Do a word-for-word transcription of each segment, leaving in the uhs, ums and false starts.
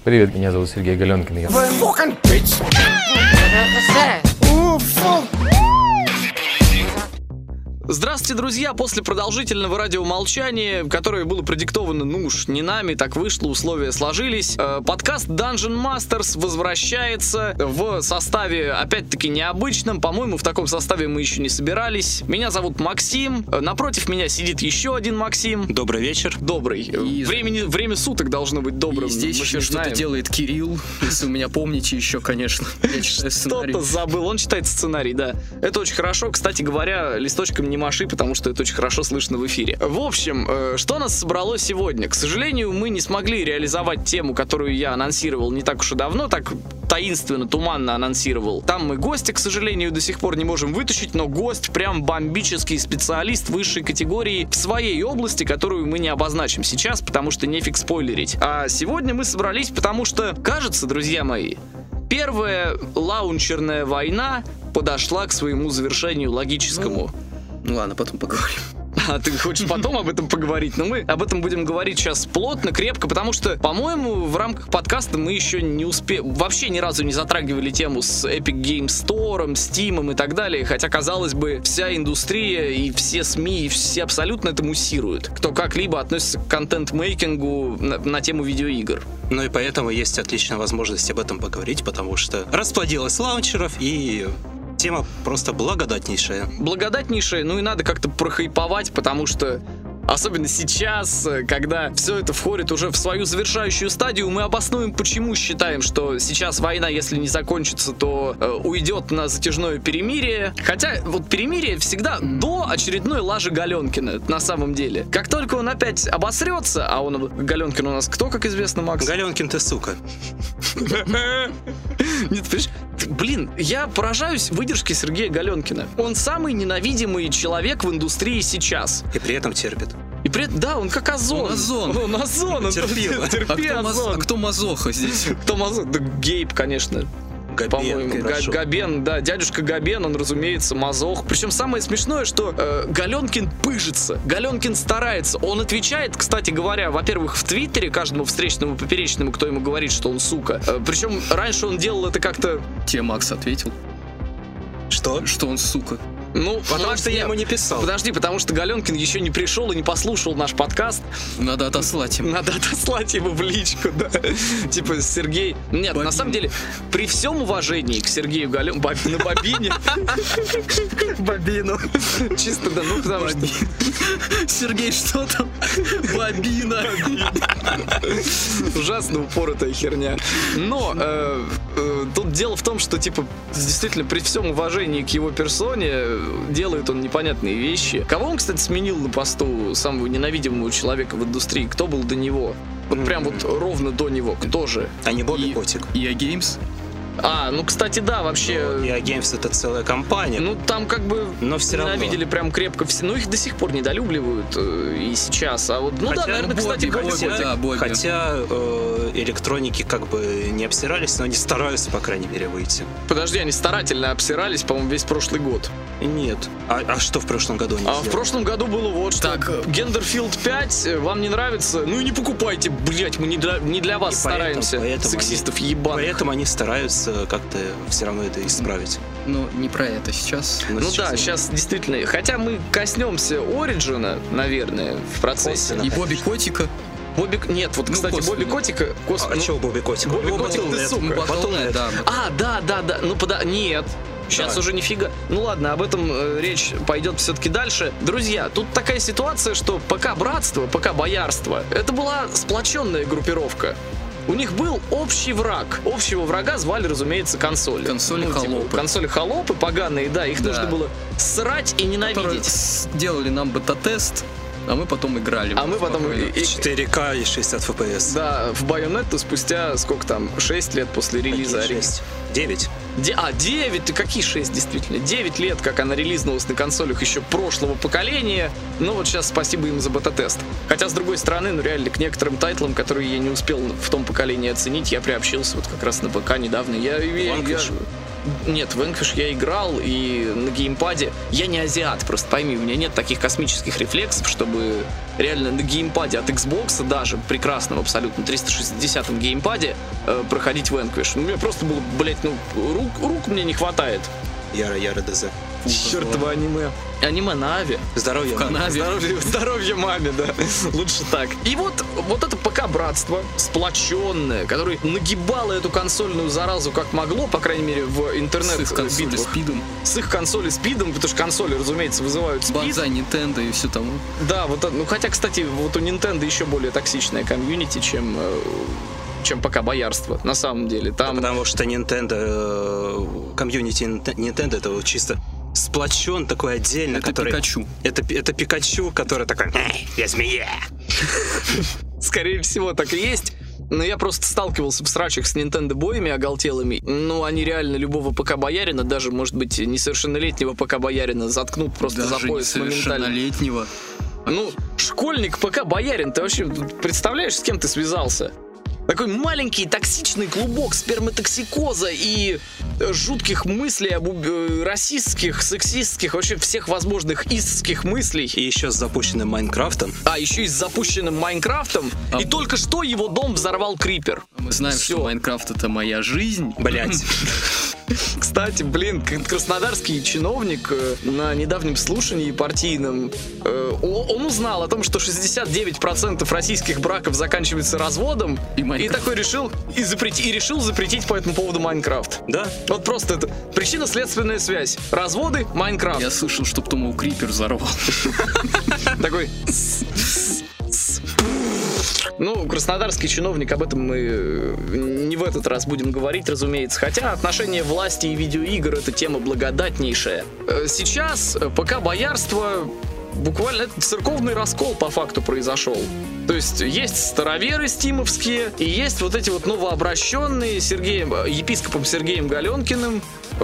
Привет, меня зовут Сергей Галенкин. Я... Здравствуйте, друзья! После продолжительного радиомолчания, которое было продиктовано, ну уж не нами, так вышло, условия сложились, э, подкаст Dungeon Masters возвращается в составе, опять-таки, необычном. По-моему, в таком составе мы еще не собирались. Меня зовут Максим. Напротив меня сидит еще один Максим. Добрый вечер. Добрый. И... Времени, время суток должно быть добрым. И здесь еще что-то делает Кирилл, если у меня помните еще, конечно. Я читаю сценарий. Что-то забыл. Он читает сценарий, да. Это очень хорошо. Кстати говоря, листочком не маши, потому что это очень хорошо слышно в эфире. В общем, э, что нас собрало сегодня? К сожалению, мы не смогли реализовать тему, которую я анонсировал не так уж и давно, так таинственно, туманно анонсировал. Там мы гостя, к сожалению, до сих пор не можем вытащить, но гость прям бомбический специалист высшей категории в своей области, которую мы не обозначим сейчас, потому что нефиг спойлерить. А сегодня мы собрались, потому что, кажется, друзья мои, первая лаунчерная война подошла к своему завершению логическому. Ну ладно, потом поговорим. А ты хочешь потом об этом поговорить? Но мы об этом будем говорить сейчас плотно, крепко, потому что, по-моему, в рамках подкаста мы еще не успели, вообще ни разу не затрагивали тему с Epic Games Store, Steam и так далее, хотя, казалось бы, вся индустрия и все СМИ, и все абсолютно это муссируют, кто как-либо относится к контент-мейкингу на, на тему видеоигр. Ну и поэтому есть отличная возможность об этом поговорить, потому что расплодилось лаунчеров и... Тема просто благодатнейшая. Благодатнейшая, ну и надо как-то прохайповать, потому что особенно сейчас, когда все это входит уже в свою завершающую стадию, мы обоснуем, почему считаем, что сейчас война, если не закончится, то э, уйдет на затяжное перемирие. Хотя вот перемирие всегда до очередной лажи Галенкина, на самом деле. Как только он опять обосрется, а он, Галенкин у нас кто, как известно, Макс? Галенкин ты сука. Нет, понимаешь, блин, я поражаюсь выдержке Сергея Галенкина. Он самый ненавидимый человек в индустрии сейчас. И при этом терпит. И при этом, да, он как Озон. Он Озон. Он Озон. Терпила. Терпи, а, кто Озон. а кто Мазоха здесь? Кто Мазох? Да Гейб, конечно. Габен, По-моему, хорошо. Габен, да, дядюшка Габен, он, разумеется, мазох. Причем самое смешное, что э, Галенкин пыжится, Галенкин старается. Он отвечает, кстати говоря, во-первых, в Твиттере каждому встречному поперечному, кто ему говорит, что он сука. Э, причем раньше он делал это как-то... Тебе Макс ответил. Что? Что он сука. Ну, потому Макс, что я нет, ему не писал. Подожди, потому что Галенкин еще не пришел и не послушал наш подкаст. Надо отослать ему. Надо отослать его в личку, да. Типа, Сергей... Нет, Бобин. На самом деле, при всем уважении к Сергею Галенкину... Боб... На бобине. Бобину. Чисто, да, ну, потому что... Сергей, что там? Бобина. Ужасно упоротая херня. Но э, э, тут дело в том, что, типа, действительно, при всем уважении к его персоне, делает он непонятные вещи. Кого он, кстати, сменил на посту самого ненавидимого человека в индустрии? Кто был до него? Вот прям вот ровно до него. Кто же? А не Бобби И- Котик. и а Games. А, ну, кстати, да, вообще... И а Games это целая компания. Ну, там как бы Но все равно. ненавидели прям крепко все. Ну, их до сих пор недолюбливают э, и сейчас. А вот, ну Хотя, да, наверное, ну, кстати, Бобби, Бобби Бобби, Котик. да, Бобби. Хотя э, электроники как бы не обсирались, но они стараются, по крайней мере, выйти. Подожди, они старательно обсирались, по-моему, весь прошлый год. Нет. А, а что в прошлом году они А сделали? в прошлом году было вот что. Так, Гендерфилд пять, вам не нравится? Ну и не покупайте, блять, мы не для, не для вас И поэтому- стараемся, поэтому сексистов они, ебаных. Поэтому они стараются как-то все равно это исправить. Ну, не про это сейчас. Но Ну да, не- сейчас действительно. Хотя мы коснемся Ориджина, наверное, в процессе. Косвенно. И Бобби Котика. Бобик, нет, вот, Ну, кстати, косвенно. Бобби Котика... Кос... А ну, чего Бобби Котик? Бобби У него Котик, ты Battle.net. сука. Battle.net, да. А, да, да, да. Ну, пода... Нет. Сейчас Давай. уже нифига. Ну ладно, об этом э, речь пойдет все-таки дальше. Друзья, тут такая ситуация, что пока братство, пока боярство, это была сплоченная группировка. У них был общий враг. Общего врага звали, разумеется, консоли. Консоли-холопы. Типа, консоли-холопы поганые, да. Их Да. нужно было срать и Которые ненавидеть. сделали нам бета-тест, а мы потом играли. А мы потом... и- и- четыре ка и шестьдесят эф пи эс. Да, в Байонетту спустя, сколько там, шесть лет после релиза. шесть. девять. Де- а, девять, ты какие шесть, действительно? девять лет, как она релизнулась на консолях еще прошлого поколения. Ну вот сейчас спасибо им за бета-тест. Хотя, с другой стороны, ну реально, к некоторым тайтлам, которые я не успел в том поколении оценить, я приобщился вот как раз на ПК недавно. Я, я, я- Vanquish. Нет, в Vanquish я играл, и на геймпаде... Я не азиат, просто пойми, у меня нет таких космических рефлексов, чтобы реально на геймпаде от Xbox, даже прекрасном абсолютно триста шестидесятом геймпаде, э, проходить Vanquish. Ну, мне просто было, блять, ну, рук, рук мне не хватает. Яра-яра ДЗ. Чертово аниме. Аниме на Ави. Здоровье. Здоровье, здоровье маме, да. Лучше так. И вот, вот это ПК-братство, сплоченное, которое нагибало эту консольную заразу как могло, по крайней мере, в интернет. С их консоли спидом. С их консоли спидом, потому что консоли, разумеется, вызывают спид. Банзай, Nintendo и все тому. Да, вот, ну хотя, кстати, вот у Nintendo еще более токсичная комьюнити, чем... чем пока боярство, на самом деле. Там... Да, потому что Nintendo, комьюнити Nintendo, это вот чисто сплочен такой отдельно, это который... Пикачу. Это, это Пикачу, который такой, я змея. Скорее всего, так и есть. Но я просто сталкивался в срачах с Nintendo-боями оголтелыми. Ну, они реально любого ПК-боярина, даже, может быть, несовершеннолетнего ПК-боярина, заткнут просто даже за пояс моментально. Несовершеннолетнего. Ну, школьник, ПК-боярин, ты вообще представляешь, с кем ты связался? Такой маленький токсичный клубок сперматоксикоза и жутких мыслей об уб- расистских, сексистских, вообще всех возможных истских мыслей. И еще с запущенным Майнкрафтом. А еще и с запущенным Майнкрафтом. А... И только что его дом взорвал Крипер. Мы знаем, Всё. что Майнкрафт — это моя жизнь. Блять. Кстати, блин, краснодарский чиновник на недавнем слушании партийном, он узнал о том, что шестьдесят девять процентов российских браков заканчиваются разводом, и, и такой решил и, запрети, и решил запретить по этому поводу Майнкрафт. Да. Вот просто это причинно-следственная связь. Разводы, Майнкрафт. Я слышал, что потом его Крипер взорвал. Такой... Ну, краснодарский чиновник, об этом мы не в этот раз будем говорить, разумеется. Хотя отношение власти и видеоигр — это тема благодатнейшая. Сейчас ПК-боярство буквально это церковный раскол по факту произошел. То есть есть староверы стимовские и есть вот эти вот новообращенные Сергеем, епископом Сергеем Галенкиным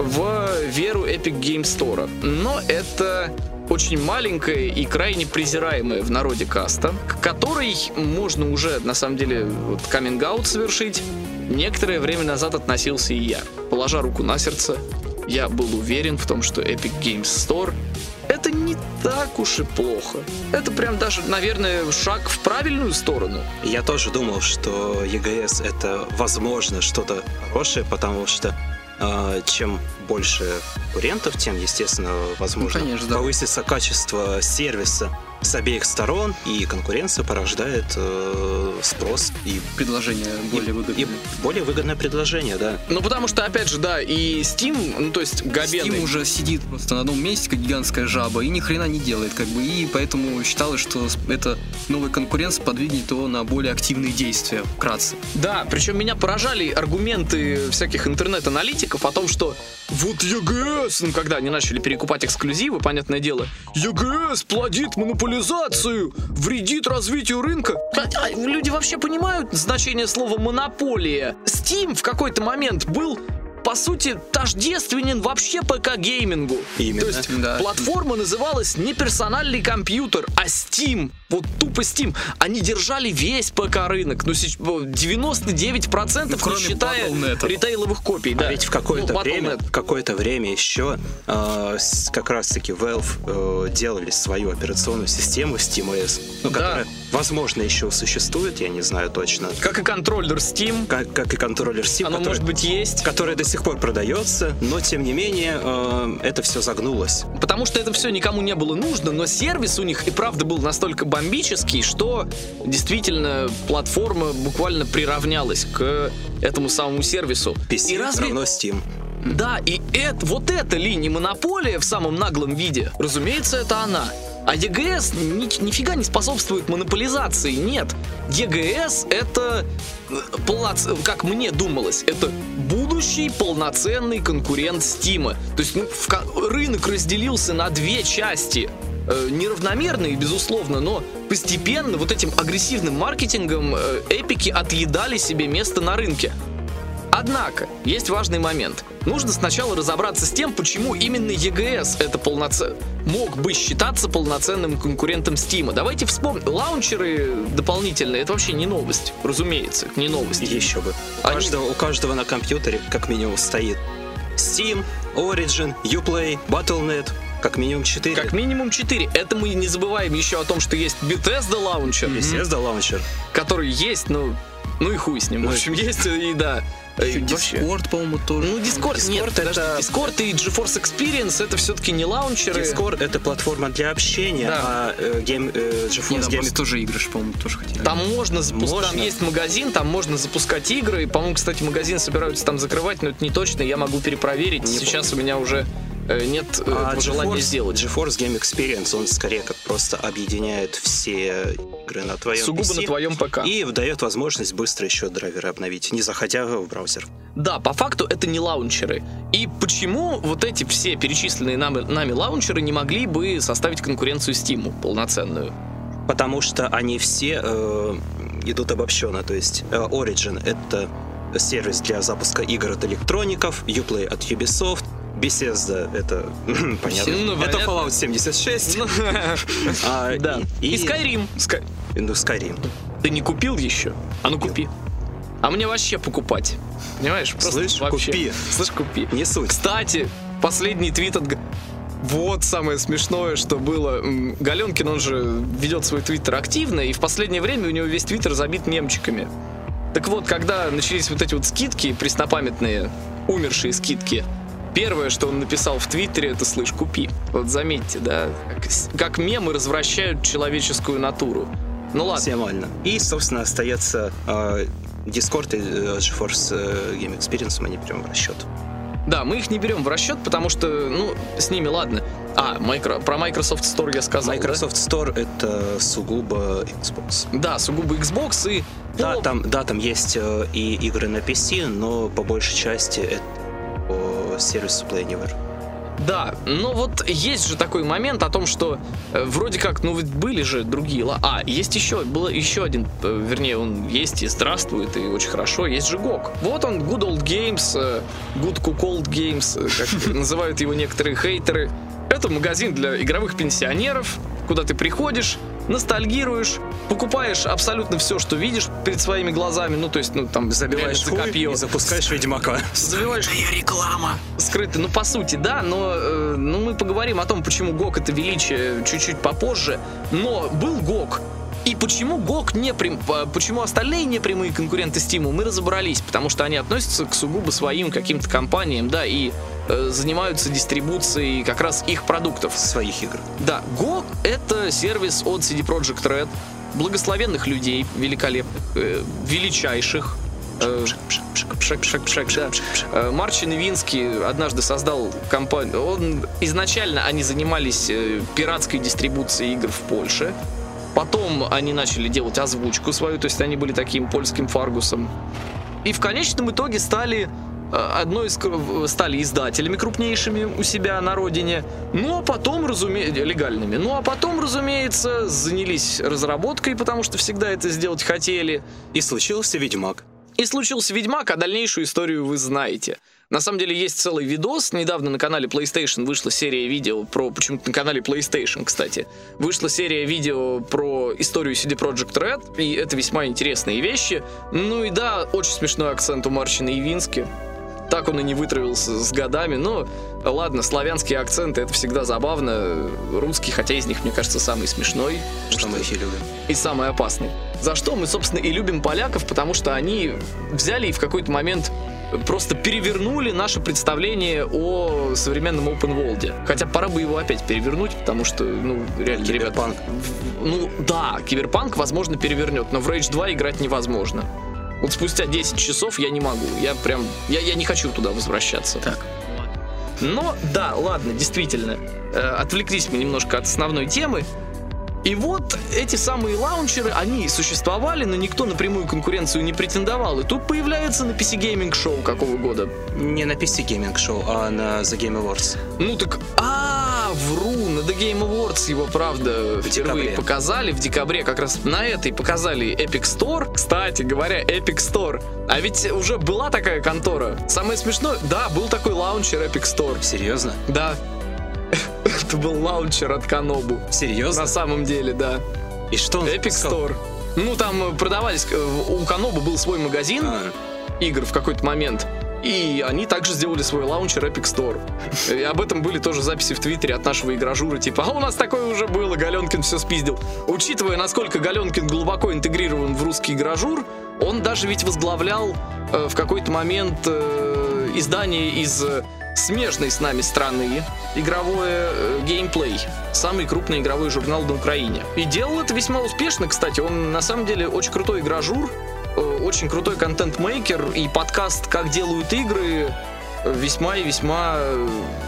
в веру Epic Game Store. Но это... очень маленькая и крайне презираемая в народе каста, к которой можно уже, на самом деле, вот, каминг-аут совершить. Некоторое время назад относился и я. Положа руку на сердце, я был уверен в том, что Epic Games Store — это не так уж и плохо. Это прям даже, наверное, шаг в правильную сторону. Я тоже думал, что и джи эс — это, возможно, что-то хорошее, потому что э, чем больше конкурентов, тем, естественно, возможно, ну, конечно, да. повысится качество сервиса с обеих сторон, и конкуренция порождает э, спрос и предложение более выгодное. И более выгодное предложение, да. Ну, потому что, опять же, да, и Steam, ну, то есть габеный... Steam уже сидит просто на одном месте, как гигантская жаба, и ни хрена не делает, как бы, и поэтому считалось, что это новая конкуренция подвигнет его на более активные действия, вкратце. Да, причем меня поражали аргументы всяких интернет-аналитиков о том, что вот и джи эс, ну, когда они начали перекупать эксклюзивы, понятное дело, и джи эс плодит монополизацию, вредит развитию рынка. А люди вообще понимают значение слова «монополия»? Steam в какой-то момент был, по сути, тождественен вообще ПК-геймингу. Именно. То есть да. платформа называлась не персональный компьютер, а Steam. Вот тупо Steam. Они держали весь ПК-рынок. Ну, девяносто девять процентов, ну, не считая Battle.net. ритейловых копий. А Да. ведь в какое-то ну, время, в какое-то время еще э, с, как раз-таки Valve э, делали свою операционную систему SteamOS, ну, да. которая, возможно, еще существует, я не знаю точно. Как и контроллер Steam. Как, как и контроллер Steam, Оно, который, может быть, есть. который до сих пор продается, но, тем не менее, э, это все загнулось. Потому что это все никому не было нужно, но сервис у них и правда был настолько бомбический, что действительно платформа буквально приравнялась к этому самому сервису. пи си и разве... равно Steam. Да, и это, вот эта ли не монополия в самом наглом виде? Разумеется, это она. А и джи эс ни, нифига не способствует монополизации, нет. и джи эс это, полноц... как мне думалось, это будущий полноценный конкурент Steam. То есть ну, в... рынок разделился на две части. Э, неравномерные, безусловно, но постепенно вот этим агрессивным маркетингом э, эпики отъедали себе место на рынке. Однако, есть важный момент. Нужно сначала разобраться с тем, почему именно и джи эс это полноцен... мог бы считаться полноценным конкурентом Steam. Давайте вспомним. Лаунчеры дополнительные, это вообще не новость. Разумеется, не новость. Еще бы. У, Они... каждого, у каждого на компьютере как минимум стоит Steam, Origin, Uplay, батл точка нет. Как минимум четыре. Как минимум четыре. Это мы не забываем еще о том, что есть Bethesda Launcher. Bethesda Launcher. Который есть, ну, ну и хуй с ним. В общем, есть и да. Discord, по-моему, тоже. Ну, Discord, Discord нет, это... Discord и GeForce Experience это все-таки не лаунчеры. Discord это платформа для общения, да. а э, game, э, GeForce Game... Game... тоже игры, по-моему, тоже хотели. Там можно запускать, там есть магазин, там можно запускать игры. И, по-моему, кстати, магазин собираются там закрывать, но это не точно, я могу перепроверить. Не Сейчас помню. У меня уже нет а желания GeForce, сделать. GeForce Game Experience, он скорее как просто объединяет все игры на твоем Сугубо пи си на твоем ПК. И дает возможность быстро еще драйверы обновить, не заходя в браузер. Да, по факту это не лаунчеры. И почему вот эти все перечисленные нами, нами лаунчеры не могли бы составить конкуренцию Steam полноценную? Потому что они все э, идут обобщенно. То есть э, Origin — это сервис для запуска игр от электроников, Uplay от Ubisoft, Bethesda — это понятно. Ну, это Fallout семьдесят шесть. а, да. И, и Skyrim. Sky... Ну, Skyrim. Ты не купил еще? А ну купи. А мне вообще покупать. Понимаешь? Просто Слышь, вообще. купи. Слышь, купи. Не суть. Кстати, последний твит от... Вот самое смешное, что было. Галенкин, он же ведет свой твиттер активно, и в последнее время у него весь твиттер забит мемчиками. Так вот, когда начались вот эти вот скидки, преснопамятные, умершие скидки, первое, что он написал в твиттере, это «слышь, купи». Вот заметьте, да, как, как мемы развращают человеческую натуру. Ну ладно. Максимально. И, собственно, остается э, Discord и э, GeForce э, Game Experience мы не берем в расчет. Да, мы их не берем в расчет, потому что, ну, с ними ладно. А, микро, про Microsoft Store я сказал, Microsoft да? Store — это сугубо Xbox. Да, сугубо Xbox и... Да, там, да, там есть э, и игры на пи си, но по большей части это по сервису Play Anywhere. Да, но вот есть же такой момент о том, что э, вроде как, ну ведь были же другие... А, есть еще, было еще один, э, вернее, он есть и здравствует, и очень хорошо, есть же джи о джи. Вот он, Good Old Games, э, Good Cook Old Games, э, как называют его некоторые хейтеры. Это магазин для игровых пенсионеров, куда ты приходишь, ностальгируешь, покупаешь абсолютно все, что видишь перед своими глазами, ну, то есть, ну, там, забиваешь хуй копье, и запускаешь Ведьмака. Забиваешь... реклама. Скрытая, ну, по сути, да, но э, ну, мы поговорим о том, почему джи о джи это величие чуть-чуть попозже, но был джи о джи. И почему джи о джи не прям, почему остальные непрямые конкуренты Steam, мы разобрались, потому что они относятся к сугубо своим каким-то компаниям, да, и э, занимаются дистрибуцией как раз их продуктов. Своих игр. Да, джи о джи это сервис от си ди Projekt Red, благословенных людей, великолепных, э, величайших. Э, пшек, пшек, пшек, да. э, Марчин Ивинский однажды создал компанию. Он, изначально они занимались э, пиратской дистрибуцией игр в Польше. Потом они начали делать озвучку свою, то есть они были таким польским Фаргусом. И в конечном итоге стали одной из, стали издателями крупнейшими у себя на родине. Ну а потом, разумеется, легальными. Ну а потом, разумеется, занялись разработкой, потому что всегда это сделать хотели. И случился Ведьмак. И случился Ведьмак, а дальнейшую историю вы знаете. На самом деле есть целый видос. Недавно на канале PlayStation вышла серия видео про... Почему-то на канале PlayStation, кстати. Вышла серия видео про историю си ди Projekt Red. И это весьма интересные вещи. Ну и да, очень смешной акцент у Марчина Ивински. Так он и не вытравился с годами. Но ладно, славянские акценты — это всегда забавно. Русский, хотя из них, мне кажется, самый смешной. Что мы их и любим. И самый опасный. За что мы, собственно, и любим поляков, потому что они взяли и в какой-то момент просто перевернули наше представление о современном open world. Хотя пора бы его опять перевернуть, потому что, ну, реально, Киберпанк. ребята... Ну, да, Киберпанк, возможно, перевернет, но в Rage два играть невозможно. Вот спустя десять часов я не могу. Я прям... Я, я не хочу туда возвращаться. Так. Но, да, ладно, действительно. Э, отвлеклись мы немножко от основной темы. И вот эти самые лаунчеры, они существовали, но никто напрямую конкуренцию не претендовал. И тут появляется на пи си Gaming Show какого года? Не на пи си Gaming Show, а на The Game Awards. Ну так, а, вру, на The Game Awards его, правда, в впервые декабре. показали. В декабре как раз на этой показали Epic Store. Кстати говоря, Epic Store. А ведь уже была такая контора. Самое смешное, да, был такой лаунчер Epic Store. Серьезно? Да. Это был лаунчер от Канобу. Серьезно? На самом деле, да. И что он Epic сказал? Store. Ну, там продавались... У Канобу был свой магазин А. игр в какой-то момент. И они также сделали свой лаунчер Epic Store. И об этом были тоже записи в Твиттере от нашего игражура, типа, а у нас такое уже было, Галенкин все спиздил. Учитывая, насколько Галенкин глубоко интегрирован в русский игражур, он даже ведь возглавлял э, в какой-то момент э, издание из э, смежной с нами страны, игровое э, геймплей. Самый крупный игровой журнал на Украине. И делал это весьма успешно, кстати. Он на самом деле очень крутой игражур, э, очень крутой контент-мейкер, и подкаст «Как делают игры» весьма и весьма... Э,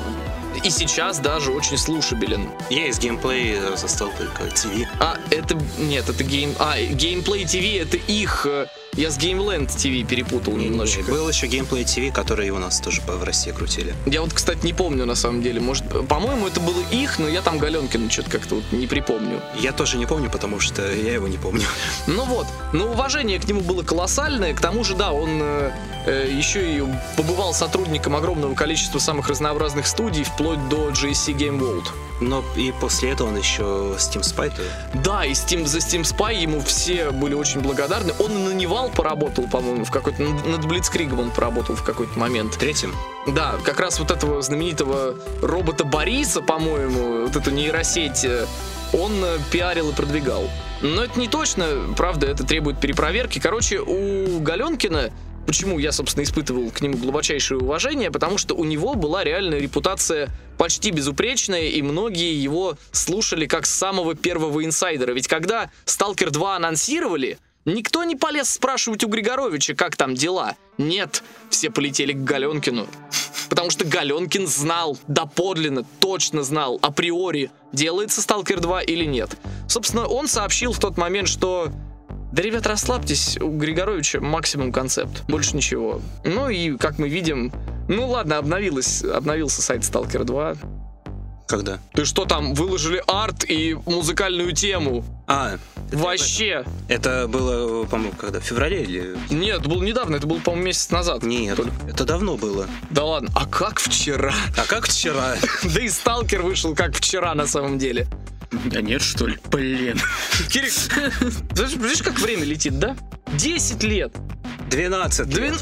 и сейчас даже очень слушабелен. Я из геймплей застал только ТВ. А, это... Нет, это гейм... А, геймплей ТВ, это их... Я с Gameland ТВ перепутал не, немножечко. Не, был еще Gameplay ТВ, который у нас тоже в России крутили. Я вот, кстати, не помню на самом деле. Может, по-моему, это было их, но я там Галенкина что-то как-то вот не припомню. Я тоже не помню, потому что я его не помню. Ну вот, но уважение к нему было колоссальное. К тому же, да, он э, еще и побывал сотрудником огромного количества самых разнообразных студий, вплоть до джи эс си Game World. Но и после этого он еще Steam Spy. Да, и Steam, за Steam Spy ему все были очень благодарны. Он и на Невал поработал, по-моему, в какой-то... Над Блицкригом он поработал в какой-то момент. В третьем? Да, как раз вот этого знаменитого робота Бориса, по-моему, вот эту нейросеть, он пиарил и продвигал. Но это не точно, правда, это требует перепроверки. Короче, у Галенкина... Почему я, собственно, испытывал к нему глубочайшее уважение? Потому что у него была реальная репутация почти безупречная, и многие его слушали как самого первого инсайдера. Ведь когда Сталкер два анонсировали, никто не полез спрашивать у Григоровича, как там дела. Нет, все полетели к Галенкину. Потому что Галенкин знал, доподлинно, точно знал, априори, делается Сталкер два или нет. Собственно, он сообщил в тот момент, что... Да, ребят, расслабьтесь, у Григоровича максимум концепт, больше ничего. Ну и, как мы видим, ну ладно, обновилось, обновился сайт Сталкер два. Когда? Ты что там, выложили арт и музыкальную тему? А, вообще. Это, это было, по-моему, когда? В феврале или... Нет, это было недавно, это было, по-моему, месяц назад. Нет, только. Это давно было. Да ладно, а как вчера? А как вчера? Да и Сталкер вышел как вчера на самом деле. Да нет, что ли? Блин. Кирик, видишь, как время летит, да? десять лет. двенадцать лет.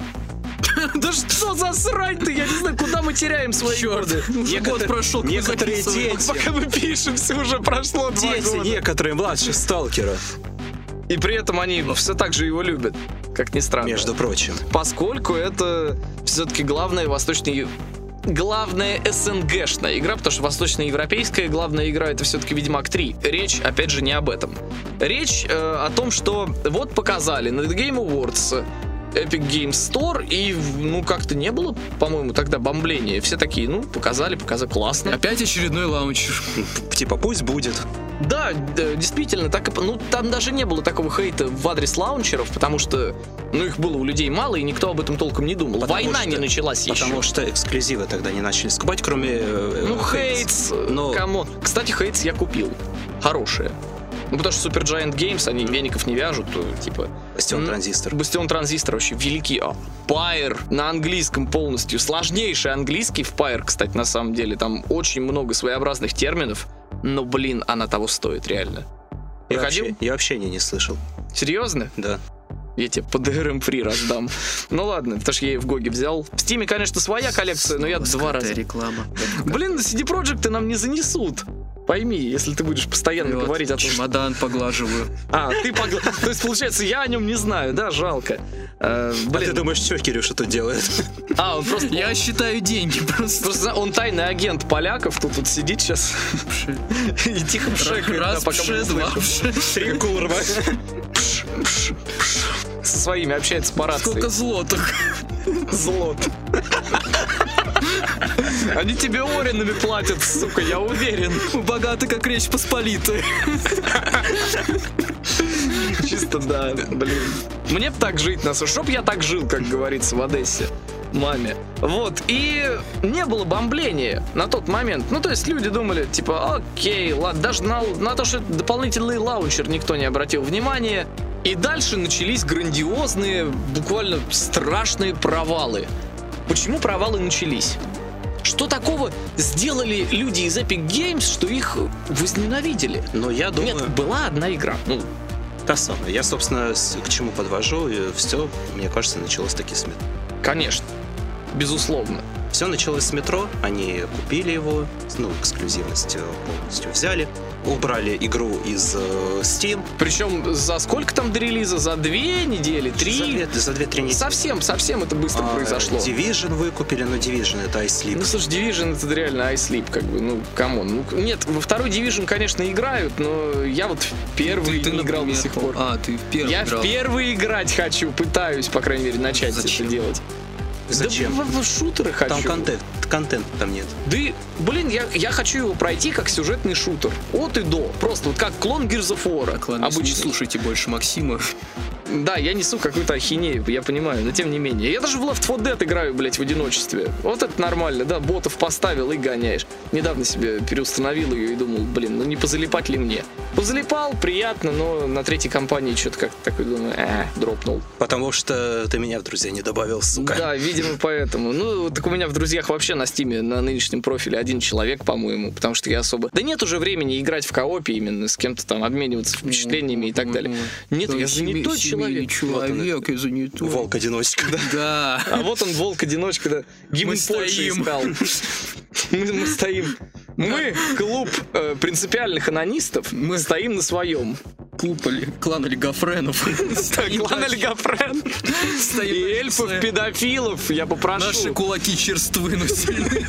Да что за срань-то? Я не знаю, куда мы теряем свои годы. Уже год прошел. Некоторые дети. Пока мы пишемся, уже прошло два года. Дети некоторые младше Сталкера. И при этом они все так же его любят, как ни странно. Между прочим. Поскольку это все-таки главная восточная... Главная СНГшная игра, потому что восточноевропейская главная игра — это все-таки Ведьмак три. Речь, опять же, не об этом. Речь э, о том, что вот показали на The Game Awards Epic Games Store, и, ну, как-то не было, по-моему, тогда бомбления. Все такие, ну, показали, показали, классно. Опять очередной лаунчер. Типа, пусть будет. Да, да, действительно, так и, ну, там даже не было такого хейта в адрес лаунчеров, потому что, ну, их было у людей мало, и никто об этом толком не думал. Потому Война что, не началась еще. Потому что эксклюзивы тогда не начали скупать, кроме... Э, ну, Хейтс, но... камон. Кстати, Хейтс я купил. Хорошие. Ну, потому что Super Giant Games, они веников не вяжут, то, типа... Бастион Транзистор. Бастион Транзистор вообще великий. А, Pyre на английском полностью. Сложнейший английский в Pyre, кстати, на самом деле. Там очень много своеобразных терминов. Но, блин, она того стоит, реально. Я Проходил? вообще, я вообще не, не слышал. Серьезно? Да. Я тебе по ди эр эм фри раздам. Ну ладно, потому что я ее в Гоге взял. В Стиме, конечно, своя коллекция, но я два раза. Реклама. Блин, си ди Projekt нам не занесут. Пойми, если ты будешь постоянно вот, говорить о том, чемодан поглаживаю. А, ты поглаживаешь. То есть, получается, я о нем не знаю, да? Жалко. А ты думаешь, что Кирюша тут делает? А, он просто... Я считаю деньги просто. Просто он тайный агент поляков, тут вот сидит сейчас и тихо пшекает. Раз пше, два пше. Три курва. Со своими общается по рации. Сколько злотых? Злот. Они тебе оренами платят, сука, я уверен. Богаты, как Речь Посполитая. Чисто, да, блин. Мне б так жить, нас, чтоб я так жил, как говорится в Одессе маме. Вот, и не было бомбления на тот момент. Ну, то есть люди думали, типа, окей, ладно, даже на, на то, что это дополнительный лаунчер, никто не обратил внимания. И дальше начались грандиозные, буквально страшные провалы. Почему провалы начались? Что такого сделали люди из Epic Games, что их возненавидели? Но я думаю... Нет, была одна игра. Ну, та самая. Я, собственно, к чему подвожу, и все, мне кажется, началось таки с метро. Конечно. безусловно. Все началось с метро, они купили его, ну, эксклюзивность полностью взяли, убрали игру из э, Steam. Причем за сколько там до релиза? За две недели? Три? За две, за две-три недели. Совсем, совсем это быстро а, произошло. Division выкупили, но Division это iSleep. Ну, слушай, Division это реально iSleep, как бы, ну, камон. Ну, нет, во второй Division, конечно, играют, но я вот в первый ты, ты не играл до сих пор. А, ты в первый Я играл. в первый играть хочу, пытаюсь, по крайней мере, начать Зачем? это делать. Зачем? Да в, в шутеры хочу. Там контент, контент там нет. Да, и, блин, я, я хочу его пройти как сюжетный шутер. От и до. Просто вот как клон Gears of War. Так, ладно, обычный. не слушайте больше Максима. Да, я несу какую-то ахинею, я понимаю, но тем не менее. Я даже в Left фор Dead играю, блядь, в одиночестве. Вот это нормально, да, ботов поставил и гоняешь. Недавно себе переустановил ее и думал, блин, ну не позалипать ли мне? Позалипал, приятно, но на третьей компании что-то как-то такой, думаю, э, дропнул. Потому что ты меня в друзья не добавил, сука. Да, видимо, поэтому. Ну, так у меня в друзьях вообще на Стиме, на нынешнем профиле один человек, по-моему, потому что я особо... Да нет уже времени играть в коопе именно, с кем-то там обмениваться впечатлениями и так далее. Нет, я занятой человек. Человек, я занятой. Волк-одиночка. Да. А вот он, волк-одиночка, да. Гимн Мы Польши стоим. искал. Мы, мы стоим. Мы, клуб э, принципиальных анонистов, мы стоим на своем. Клуб или клан олигофренов. Клан олигофрен. И эльфов-педофилов, я попрошу. Наши кулаки черствы, но сильны.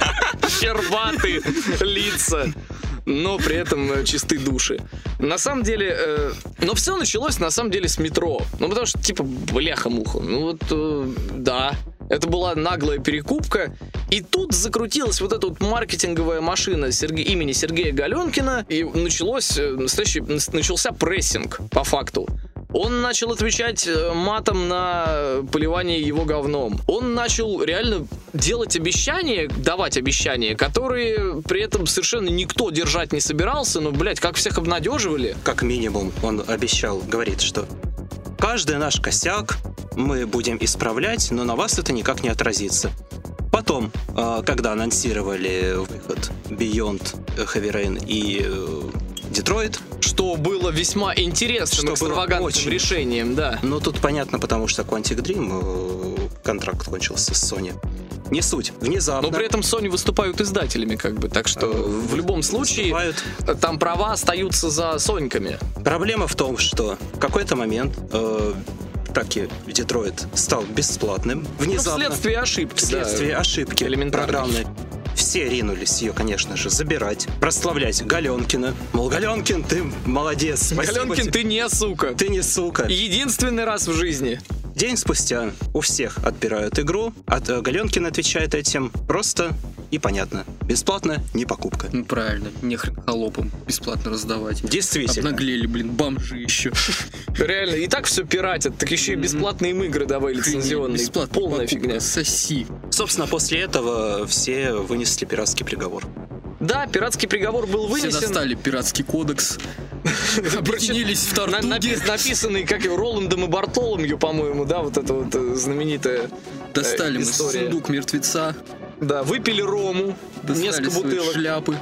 Щербатые лица, но при этом э, чисты души. На самом деле, э, но все началось на самом деле с метро. Ну, потому что, типа, бляха-муха. Ну, вот, э, да. Это была наглая перекупка. И тут закрутилась вот эта вот маркетинговая машина Серге... имени Сергея Галенкина. И началось, э, настоящий, начался прессинг, по факту. Он начал отвечать матом на поливание его говном. Он начал реально делать обещания, давать обещания, которые при этом совершенно никто держать не собирался. Но, блядь, как всех обнадеживали. Как минимум, он обещал, говорит, что каждый наш косяк мы будем исправлять, но на вас это никак не отразится. Потом, когда анонсировали выход Beyond Heavy Rain и Детройт, что было весьма интересным, что экстравагантным очень... решением, да. Но тут понятно, потому что Quantic Dream контракт кончился с Sony. Не суть. Внезапно. Но при этом Sony выступают издателями, как бы, так что в любом случае выступают. Там права остаются за Соньками. Проблема в том, что в какой-то момент э, таки Детройт стал бесплатным. Внезапно. Ну, вследствие ошибки. Вследствие да. ошибки программной. Все ринулись ее, конечно же, забирать, прославлять Галенкина. Мол, Галенкин, ты молодец. Галенкин, ты не сука. Ты не сука. Единственный раз в жизни. День спустя у всех отбирают игру, а Галенкин отвечает этим просто и понятно. Бесплатно, не покупка. Ну правильно, нехрен холопам бесплатно раздавать. Действительно. Обнаглели, блин, бомжи еще. Реально, и так все пиратят, так еще и бесплатные им игры давай лицензионные. Бесплатно. Полная фигня. Соси. Собственно, после этого все вынесли пиратский приговор. Да, пиратский приговор был вынесен. Все достали пиратский кодекс. Объединились в Тартуге. Написанный, как его, Роландом и Бартоломью, по-моему, да, вот эта вот знаменитая Достали мы сундук мертвеца. Да, выпили рому, несколько бутылок. Шляпы.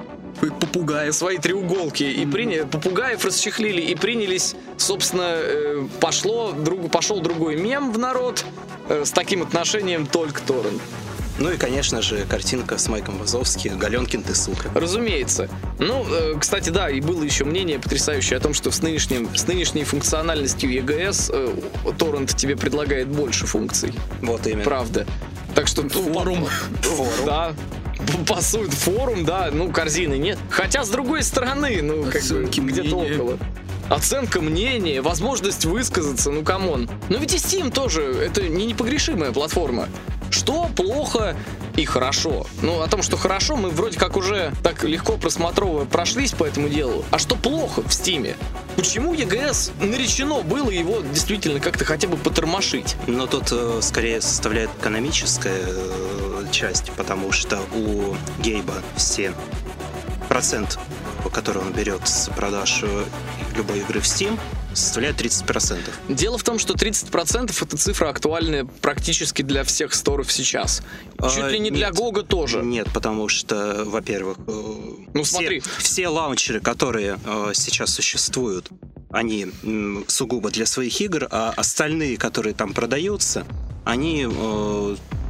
Попугаев. Свои треуголки. И приняли, попугаев расчехлили и принялись, собственно, э, пошло, друг, пошел другой мем в народ э, с таким отношением только торрент. Ну и, конечно же, картинка с Майком Вазовским «Галенкин, ты сука». Разумеется. Ну, э, кстати, да, и было еще мнение потрясающее о том, что с, нынешним, с нынешней функциональностью и джи эс э, торрент тебе предлагает больше функций. Вот именно. Правда. Так что... Форум. Форум. Да. Пасует форум, да, ну, корзины нет. Хотя, с другой стороны, ну, как бы, где-то около. Оценка мнения, возможность высказаться, ну, камон. Но ведь и Steam тоже, это не непогрешимая платформа. Что плохо и хорошо? Ну, о том, что хорошо, мы вроде как уже так легко просмотрово прошлись по этому делу. А что плохо в Steam? Почему и джи эс наречено было его действительно как-то хотя бы потормошить? Но тут э, скорее составляет экономическая э, часть, потому что у Гейба все процент, который он берет с продаж э, любой игры в Steam, составляет тридцать процентов. Дело в том, что тридцать процентов это цифра актуальная практически для всех сторов сейчас. Чуть а, ли не нет, для Гога тоже. Нет, потому что, во-первых, ну, все, смотри. все лаунчеры, которые э, сейчас существуют, они м, сугубо для своих игр, а остальные, которые там продаются, они э,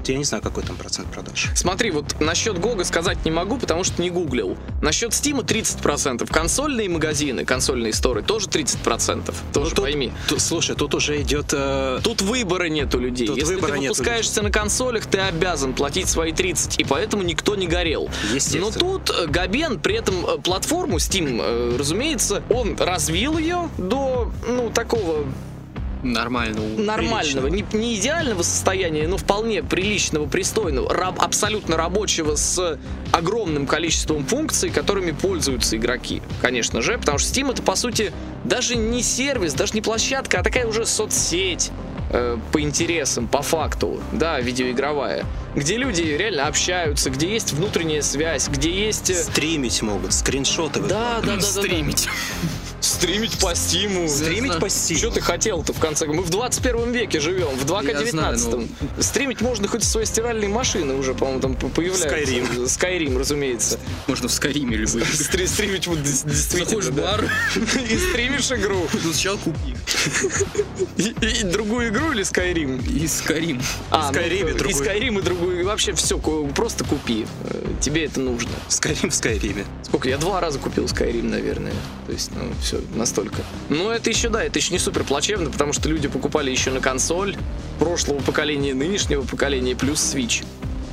Я не знаю, какой там процент продаж. Смотри, вот насчет Гога сказать не могу, потому что не гуглил. Насчет Стима тридцать процентов. Консольные магазины, консольные сторы тоже тридцать процентов. Тоже ну, тут, пойми. Тут, слушай, тут уже идет... Э... Тут выбора нет у людей. Тут Если ты выпускаешься на консолях, ты обязан платить свои тридцать, и поэтому никто не горел. Но тут Габен, при этом платформу Steam, разумеется, он развил ее до, ну, такого... Нормального. Нормального. Не, не идеального состояния, но вполне приличного, пристойного, раб, абсолютно рабочего, с огромным количеством функций, которыми пользуются игроки, конечно же, потому что Steam — это, по сути, даже не сервис, даже не площадка, а такая уже соцсеть э, по интересам, по факту, да, видеоигровая, где люди реально общаются, где есть внутренняя связь, где есть... Стримить могут, скриншоты. Да, да, да, да. Стримить. Стримить по Стиму. Стримить по Стиму. Что ты хотел-то в конце? Мы в двадцать первом веке живем, в два ка девятнадцатом. Но... Стримить можно хоть со своей стиральной машины уже, по-моему, там появляется. Skyrim. Skyrim, разумеется. Можно в Skyrim любой. Стримить вот действительно. Заходишь в бар и стримишь игру. Ну сначала купи. И другую игру или Skyrim? И Skyrim. А, и Skyrim, и другую. Вообще все, просто купи. Тебе это нужно. Skyrim в Skyrim. Сколько? Я два раза купил Skyrim, наверное. То есть, ну, все, настолько. Но это еще, да, это еще не супер плачевно, потому что люди покупали еще на консоль прошлого поколения, нынешнего поколения, плюс Switch.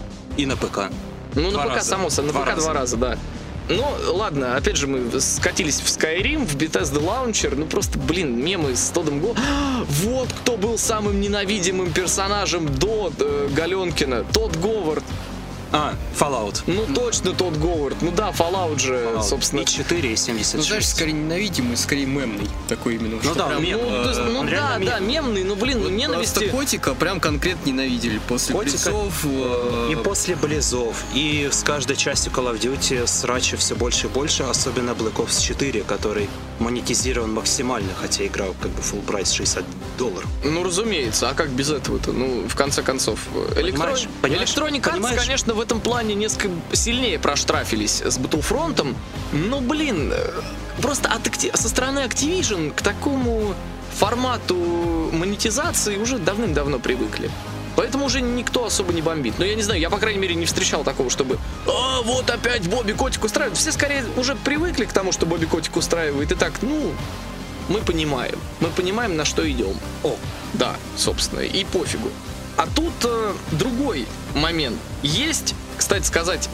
И на ПК. Ну, два на ПК, раза. само собой, на два ПК раза. два раза, да. Ну, ладно, опять же, мы скатились в Skyrim, в Bethesda Launcher, ну просто, блин, мемы с Тоддом Го... Вот кто был самым ненавидимым персонажем до э, Галенкина. Тодд Говард. А, Fallout. Ну, точно Тодд Говард. Ну да, Fallout же, Fallout. собственно. И четыре, и семьдесят шесть. Ну, знаешь, скорее ненавидимый, скорее мемный. Такой именно. Ну да, прям, мем. Ну, то есть, ну да, мем. да, мемный, ну блин, ну вот ненависти... Просто котика прям конкретно ненавидели. После Котика. Блицов... Э... И после Близов, и с каждой частью Call of Duty срача все больше и больше, особенно Black Ops четыре, который монетизирован максимально, хотя игра как бы full прайс шестьдесят долларов. Ну, разумеется, а как без этого-то? Ну, в конце концов, Электрон... Понимаешь, Electronic Arts, понимаешь? конечно, в этом плане несколько сильнее проштрафились с Battlefront'ом, но, блин, просто от акти... со стороны Activision к такому формату монетизации уже давным-давно привыкли. Поэтому уже никто особо не бомбит. Но я не знаю, я, по крайней мере, не встречал такого, чтобы «А, вот опять Бобби Котик устраивает». Все скорее уже привыкли к тому, что Бобби Котик устраивает. И так, ну, мы понимаем. Мы понимаем, на что идем. О, да, собственно, и пофигу. А тут э, другой момент. Есть, кстати, сказать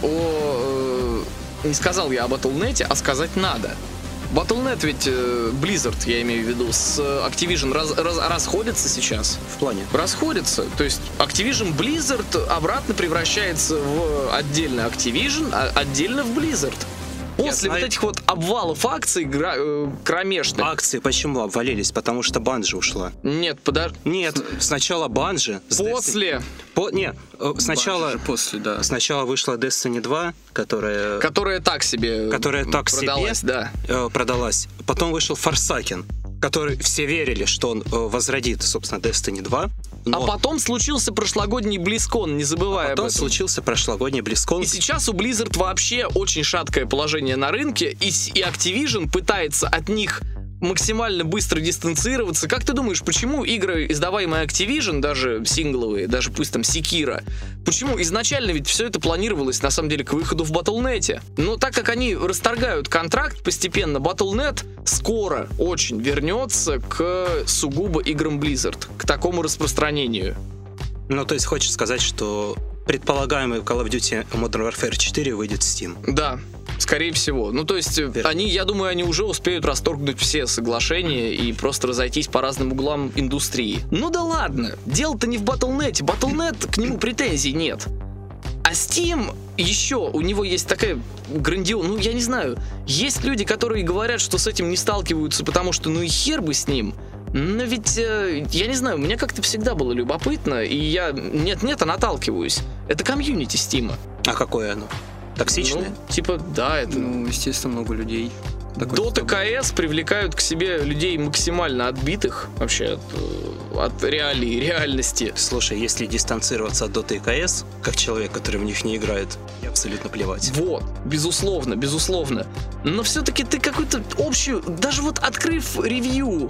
о... Э, не сказал я об батл точка нет, а сказать надо. батл точка нет ведь, э, Blizzard, я имею в виду, с Activision раз, раз, расходится сейчас. В плане? Расходится. То есть Activision Blizzard обратно превращается в отдельно Activision, а отдельно в Blizzard. После вот этих вот обвалов акций гра- э, кромешных. Акции почему обвалились? Потому что Банжи ушла. Нет, подожди. Нет, сначала Банжи. После. По... Нет, сначала... Банжи после, да. Сначала вышла Destiny два, которая... Которая так себе Которая так продалась, себе да. э, продалась. Потом вышел Forsaken, который все верили, что он э, возродит, собственно, Destiny два. Но... А потом случился прошлогодний BlizzCon, не забывая а потом об этом. случился прошлогодний BlizzCon. И сейчас у Blizzard вообще очень шаткое положение на рынке, и, и Activision пытается от них максимально быстро дистанцироваться. Как ты думаешь, почему игры, издаваемые Activision, даже сингловые, даже пусть там Sekiro, почему изначально ведь все это планировалось на самом деле к выходу в батл точка нет? Но так как они расторгают контракт постепенно, батл точка нет скоро очень вернется к сугубо играм Blizzard, к такому распространению. Ну, то есть хочешь сказать, что предполагаемый Call of Duty Modern Warfare четыре выйдет в Steam? Да. Скорее всего. Ну, то есть, Верно. они, я думаю, они уже успеют расторгнуть все соглашения и просто разойтись по разным углам индустрии. Ну да ладно, дело-то не в батл точка нет. батл точка нет, к нему претензий нет. А Steam еще, у него есть такая грандиозная, ну, я не знаю, есть люди, которые говорят, что с этим не сталкиваются, потому что, ну и хер бы с ним. Но ведь, э, я не знаю, мне как-то всегда было любопытно, и я, нет-нет, а наталкиваюсь. Это комьюнити Стима. А какое оно? Токсичное? Ну, типа, да, это... Ну, естественно, много людей. Дота КС привлекают к себе людей максимально отбитых вообще от, от реалий, реальности. Слушай, если дистанцироваться от Доты и КС, как человек, который в них не играет, мне абсолютно плевать. Вот, безусловно, безусловно. Но все-таки ты какую-то общую, даже вот открыв ревью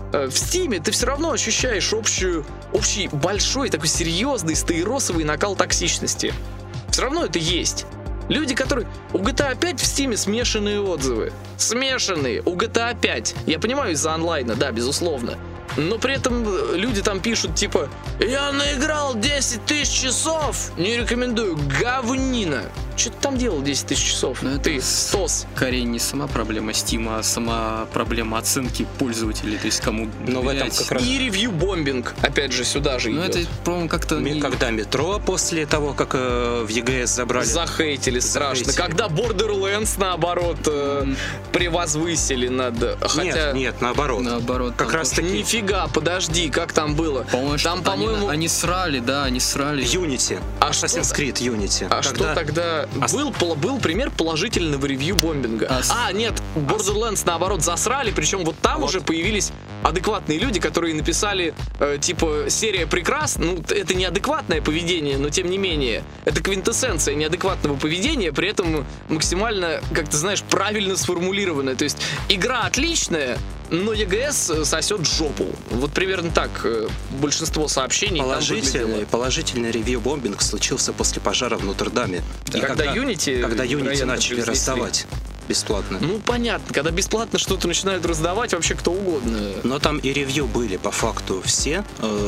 э, в Steam ты все равно ощущаешь общую, общий большой, такой серьезный, стаиросовый накал токсичности. Все равно это есть. Люди, которые... У джи ти эй пять в Steam смешанные отзывы. Смешанные. У джи ти эй пять. Я понимаю, из-за онлайна, да, безусловно. Но при этом люди там пишут, типа, я наиграл десять тысяч часов, не рекомендую, говнина. Что ты там делал десять тысяч часов? Но ты это стос. Скорее не сама проблема Steam, а сама проблема оценки пользователей, то есть кому Но в этом как раз... И ревью-бомбинг, опять же, сюда же идет. Ну это, по-моему, как-то... Не... Когда метро после того, как э, в и джи эс забрали... Захейтили страшно. Захейтили. Когда Borderlands, наоборот, э, Mm. превозвысили над... Хотя... Нет, нет, наоборот. Наоборот. Как раз таки... Нифига, подожди, как там было? По-моему, Там, что- они- по-моему... Они, срали, да, они срали. Unity. А Assassin's что- Creed Unity. А что тогда? Ас- Был, пол- был пример положительного ревью-бомбинга. А с- А, нет, Borderlands, наоборот, засрали, причем вот там Вот. уже появились адекватные люди, которые написали, э, типа, серия прекрасна. Ну, это неадекватное поведение, но тем не менее. Это квинтэссенция неадекватного поведения, при этом максимально, как ты знаешь, правильно сформулированное. То есть игра отличная, но и джи эс сосет жопу. Вот примерно так э, большинство сообщений там Положительный, выглядело. положительный ревью-бомбинг случился после пожара в Нотр-Даме. И когда Unity, Когда Unity вероятно, начали превзошли. раздавать бесплатно. Ну, понятно, когда бесплатно что-то начинают раздавать, вообще кто угодно. Но там и ревью были по факту все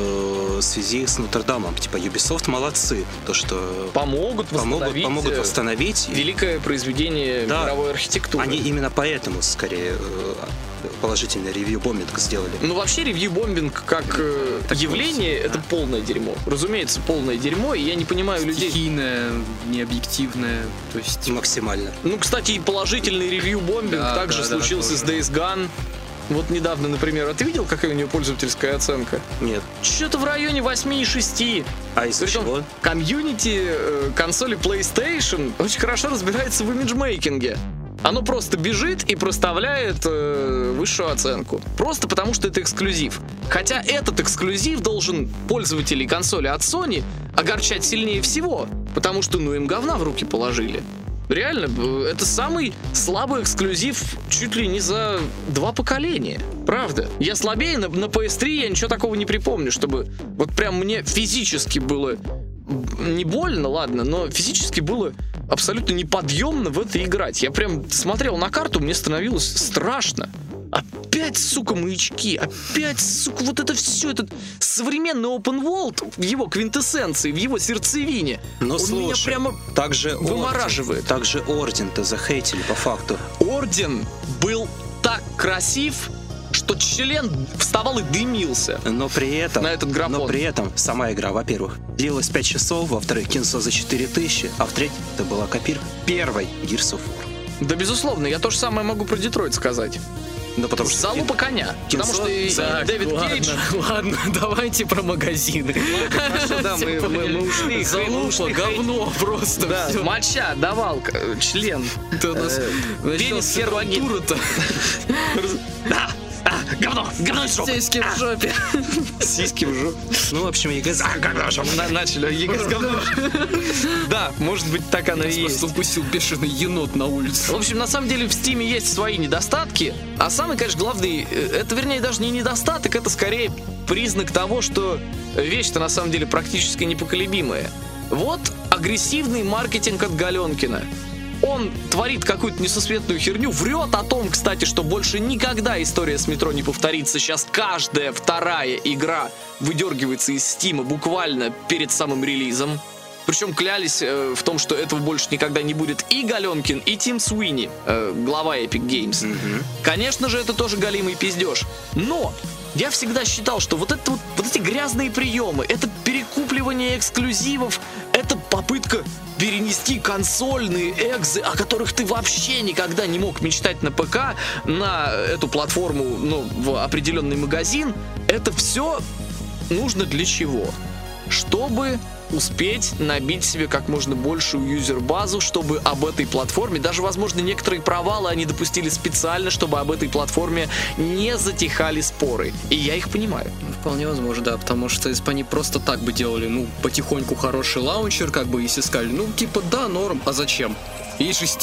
э, в связи с Нотр-Дамом. Типа Ubisoft молодцы, то что Помогут помогут, восстановить, помогут э, восстановить. И великое произведение Да. мировой архитектуры. Они именно поэтому скорее э, положительный ревью-бомбинг сделали. Ну, вообще, ревью-бомбинг как э, явление, это полное дерьмо. Разумеется, полное дерьмо, и я не понимаю людей. Стихийное, необъективное, то есть... Максимально. Ну, кстати, и положительный ревью-бомбинг Да, также да, да, случился с тоже. Days Gone. Вот недавно, например, а ты видел, какая у нее пользовательская оценка? Нет. Что-то в районе восемь и шесть. А из-за Притом чего? комьюнити э, консоли PlayStation очень хорошо разбирается в имиджмейкинге. Оно просто бежит и проставляет э, высшую оценку. Просто потому, что это эксклюзив. Хотя этот эксклюзив должен пользователей консоли от Sony огорчать сильнее всего. Потому что, ну, им говна в руки положили. Реально, э, это самый слабый эксклюзив чуть ли не за два поколения. Правда. Я слабее, на, на пи эс три я ничего такого не припомню, чтобы вот прям мне физически было не больно, ладно, но физически было абсолютно неподъемно в это играть. Я прям смотрел на карту, мне становилось страшно. Опять, сука, маячки, опять, сука, вот это все, этот современный open world в его квинтэссенции, в его сердцевине, Но он слушай, меня прямо также вымораживает. Орден, также Орден-то захейтили по факту. Орден был так красив, что член вставал и дымился. Но при этом, На этот графон. но при этом сама игра, во-первых, длилась пять часов, во-вторых, кинулся за четыре тысячи, а в-третьих, это была копирка первой Gears of War. Да, безусловно, я то же самое могу про Детройт сказать. Ну, потому что... Залупа коня. Потому что и Так, Дэвид ладно, Кейдж... ладно, давайте про магазины. Хорошо, да, мы, мы- мы ушли. мы Залупа, ушли. говно просто. Да, всё. моча, давалка, э, член. Это у нас Э, начнётся пенис, хер, вагин. тура-то. Да, а, говно, говно из жопы. Сиськи в жопе. Сиськи в жопу. Ну, в общем, и джи эс... А, говно в жопу. На- Начали, ЕГЭ с говном. Да, может быть, так оно и есть. Просто упустил бешеный енот на В улице. общем, на самом деле в Стиме есть свои недостатки, а самый, конечно, главный, э, это, вернее, даже не недостаток, это скорее признак того, что вещь-то на самом деле практически непоколебимая. Вот агрессивный маркетинг от Галенкина. Он творит какую-то несусветную херню, врет о том, кстати, что больше никогда история с метро не повторится. Сейчас каждая вторая игра выдергивается из Стима буквально перед самым релизом. Причем клялись э, в том, что этого больше никогда не будет и Галенкин, и Тим Суини, э, глава Epic Games. Мгм. Конечно же, это тоже галимый пиздеж. Но я всегда считал, что вот, это вот, вот эти грязные приемы, это перекупливание эксклюзивов, это попытка перенести консольные экзы, о которых ты вообще никогда не мог мечтать на ПК, на эту платформу, ну, в определенный магазин. Это все нужно для чего? Чтобы успеть набить себе как можно большую юзер-базу, чтобы об этой платформе, даже, возможно, некоторые провалы они допустили специально, чтобы об этой платформе не затихали споры. И я их понимаю. Вполне возможно, да, потому что если бы они просто так бы делали, ну, потихоньку хороший лаунчер, как бы, и искали, ну, типа, да, норм, а зачем? Есть же Steam.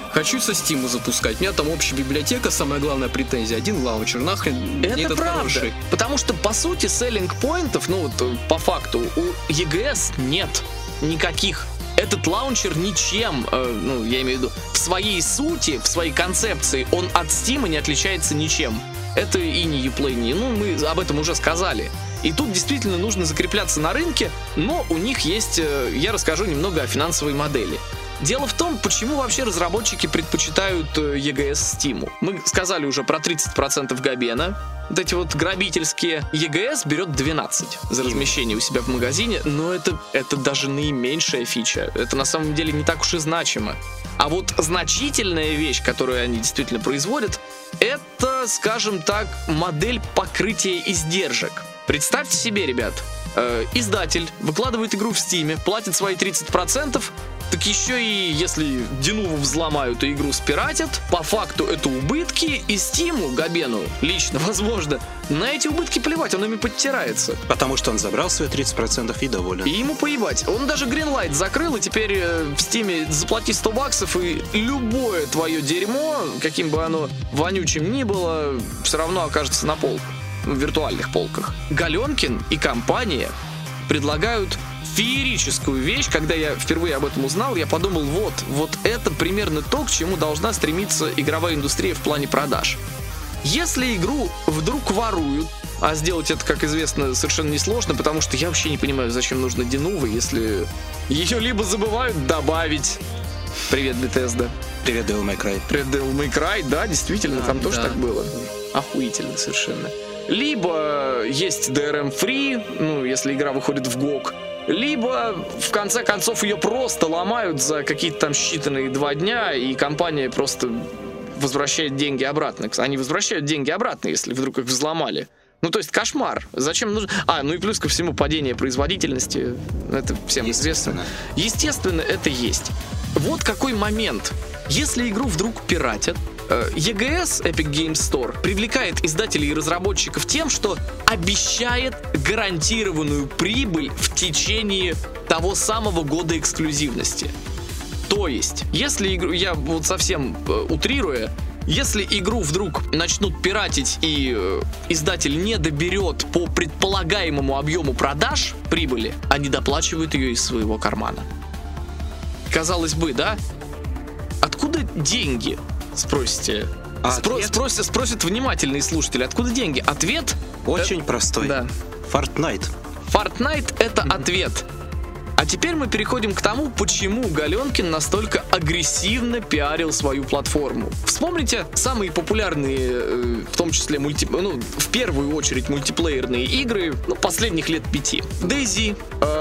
Хочу со Steam запускать. У меня там общая библиотека, самая главная претензия. Один лаунчер, нахрен Это этот правда. хороший. Потому что, по сути, селлинг-поинтов, ну вот по факту, у и джи эс нет никаких. Этот лаунчер ничем, э, ну, я имею в виду, в своей сути, в своей концепции, он от Steam не отличается ничем. Это и не Uplay, не, ну, мы об этом уже сказали. И тут действительно нужно закрепляться на рынке, но у них есть, э, я расскажу немного о финансовой модели. Дело в том, почему вообще разработчики предпочитают и джи эс Steam. Мы сказали уже про тридцать процентов Габена. Вот эти вот грабительские. и джи эс берет двенадцать за размещение у себя в магазине, но это, это даже наименьшая фича. Это на самом деле не так уж и значимо. А вот значительная вещь, которую они действительно производят, это, скажем так, модель покрытия издержек. Представьте себе, ребят, э, издатель выкладывает игру в Steam, платит свои тридцать процентов, так еще и если Денуву взломают и игру спиратят, по факту это убытки, и Steam, Габену, лично, возможно, на эти убытки плевать, он ими подтирается. Потому что он забрал свои тридцать процентов и доволен. И ему поебать. Он даже Greenlight закрыл, и теперь э, в Steam заплати сто баксов, и любое твое дерьмо, каким бы оно вонючим ни было, все равно окажется на полках, в виртуальных полках. Галенкин и компания предлагают феерическую вещь. Когда я впервые об этом узнал, я подумал, вот, вот это примерно то, к чему должна стремиться игровая индустрия в плане продаж. Если игру вдруг воруют, а сделать это, как известно, совершенно несложно, потому что я вообще не понимаю, зачем нужно Денува, если ее либо забывают добавить. Привет, Bethesda. Привет, Devil May Cry. Привет, Devil May Cry, да, действительно, а, там тоже да. так было. Охуительно совершенно. Либо есть ди ар эм-фри, ну, если игра выходит в джи о джи, либо, в конце концов, ее просто ломают за какие-то там считанные два дня, и компания просто возвращает деньги обратно. Они возвращают деньги обратно, если вдруг их взломали. Ну, то есть кошмар. Зачем нужно... А, ну и плюс ко всему падение производительности. Это всем известно. Естественно, это есть. Вот какой момент. Если игру вдруг пиратят, и джи эс, Epic Games Store, привлекает издателей и разработчиков тем, что обещает гарантированную прибыль в течение того самого года эксклюзивности. То есть, если игру, я вот совсем э, утрируя, если игру вдруг начнут пиратить и э, издатель не доберет по предполагаемому объему продаж прибыли, они доплачивают ее из своего кармана. Казалось бы, да? Откуда деньги? Спросите. А Спро- ответ? спросят, спросят внимательные слушатели, откуда деньги? Ответ Очень э- простой. Да. Fortnite. Fortnite — это mm-hmm. ответ. А теперь мы переходим к тому, почему Галенкин настолько агрессивно пиарил свою платформу. Вспомните самые популярные, э, в том числе мульти... ну, в первую очередь мультиплеерные игры, ну, последних лет пяти. DayZ,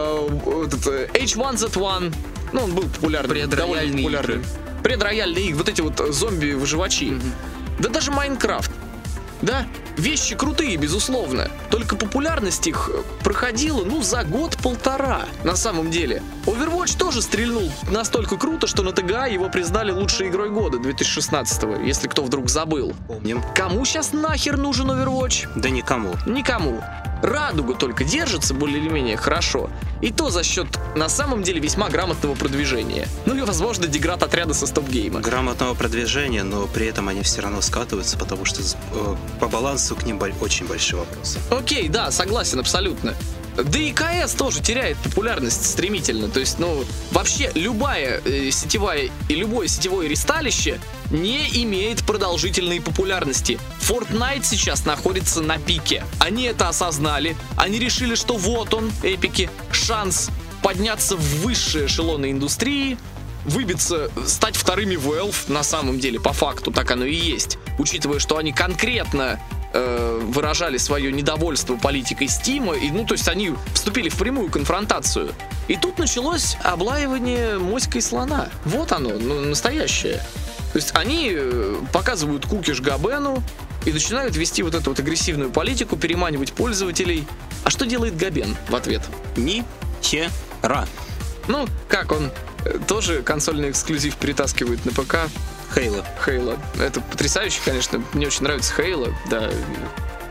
э, этот, э, эйч один зет один, ну, он был популярный, довольно популярный. Игры. Предрояльные игры, вот эти вот зомби-выживачи. Mm-hmm. Да даже Майнкрафт. Да, вещи крутые, безусловно. Только популярность их проходила, ну, за год-полтора, на самом деле. Overwatch тоже стрельнул настолько круто, что на тэ гэ а его признали лучшей игрой года две тысячи шестнадцатого, если кто вдруг забыл. Помним. Кому сейчас нахер нужен Overwatch? Да никому. Никому. Радуга только держится более или менее хорошо. И то за счет, на самом деле, весьма грамотного продвижения. Ну и, возможно, деград отряда со стоп-гейма. Грамотного продвижения, но при этом они все равно скатываются, потому что э, по балансу к ним бо- очень большие вопросы. Окей, да, согласен абсолютно. Да и ка эс тоже теряет популярность стремительно. То есть, ну, вообще любая э, сетевая и любое сетевое ресталище не имеет продолжительной популярности. Fortnite сейчас находится на пике. Они это осознали. Они решили, что вот он, эпики, шанс подняться в высшие эшелоны индустрии, выбиться, стать вторыми Valve, на самом деле, по факту так оно и есть. Учитывая, что они конкретно э, выражали свое недовольство политикой Steam, и, ну, то есть они вступили в прямую конфронтацию. И тут началось облаивание моськой слона. Вот оно, ну, настоящее. То есть они показывают кукиш Габену и начинают вести вот эту вот агрессивную политику, переманивать пользователей. А что делает Габен в ответ? Ни хера. Ну, как он тоже консольный эксклюзив перетаскивает на ПК. Хейла. Хейла. Это потрясающе, конечно. Мне очень нравится Хейла. Да.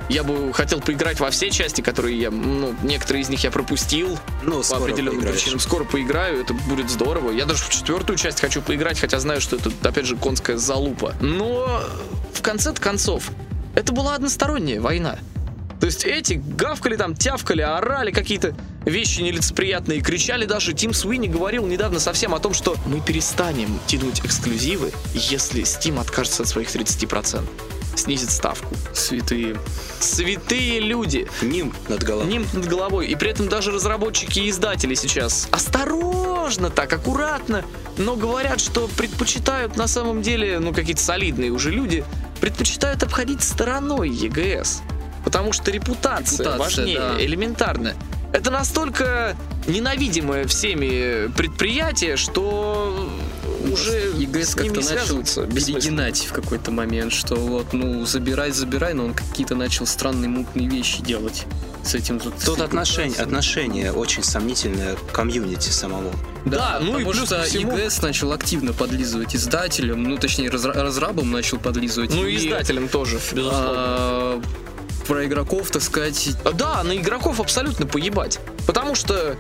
Я бы хотел поиграть во все части, которые я, ну, некоторые из них я пропустил. Ну, по определенным поиграешь. причинам. Скоро поиграю, это будет здорово. Я даже в четвертую часть хочу поиграть, хотя знаю, что это, опять же, конская залупа. Но в конце-то концов, это была односторонняя война. То есть эти гавкали там, тявкали, орали какие-то вещи нелицеприятные, кричали даже. Тим Суини говорил недавно совсем о том, что мы перестанем тянуть эксклюзивы, если Steam откажется от своих тридцати процентов. Снизит ставку. Святые. Святые люди. Нимб над головой. Нимб над головой. И при этом даже разработчики и издатели сейчас осторожно так, аккуратно, но говорят, что предпочитают на самом деле, ну, какие-то солидные уже люди, предпочитают обходить стороной и джи эс. Потому что репутация, репутация важнее, да. Элементарно. Это настолько ненавидимое всеми предприятие, что уже и джи эс как-то начал перегинать в какой-то момент, что вот, ну, забирай, забирай, но он какие-то начал странные мутные вещи делать с этим. Тут отношение, отношение очень сомнительное к комьюнити самому. Да, да, ну и плюс что всему... и джи эс начал активно подлизывать издателям, ну, точнее, разра- разрабам начал подлизывать. Ну и издателям тоже, безусловно. А- про игроков, так сказать. Да, на игроков абсолютно поебать. Потому что,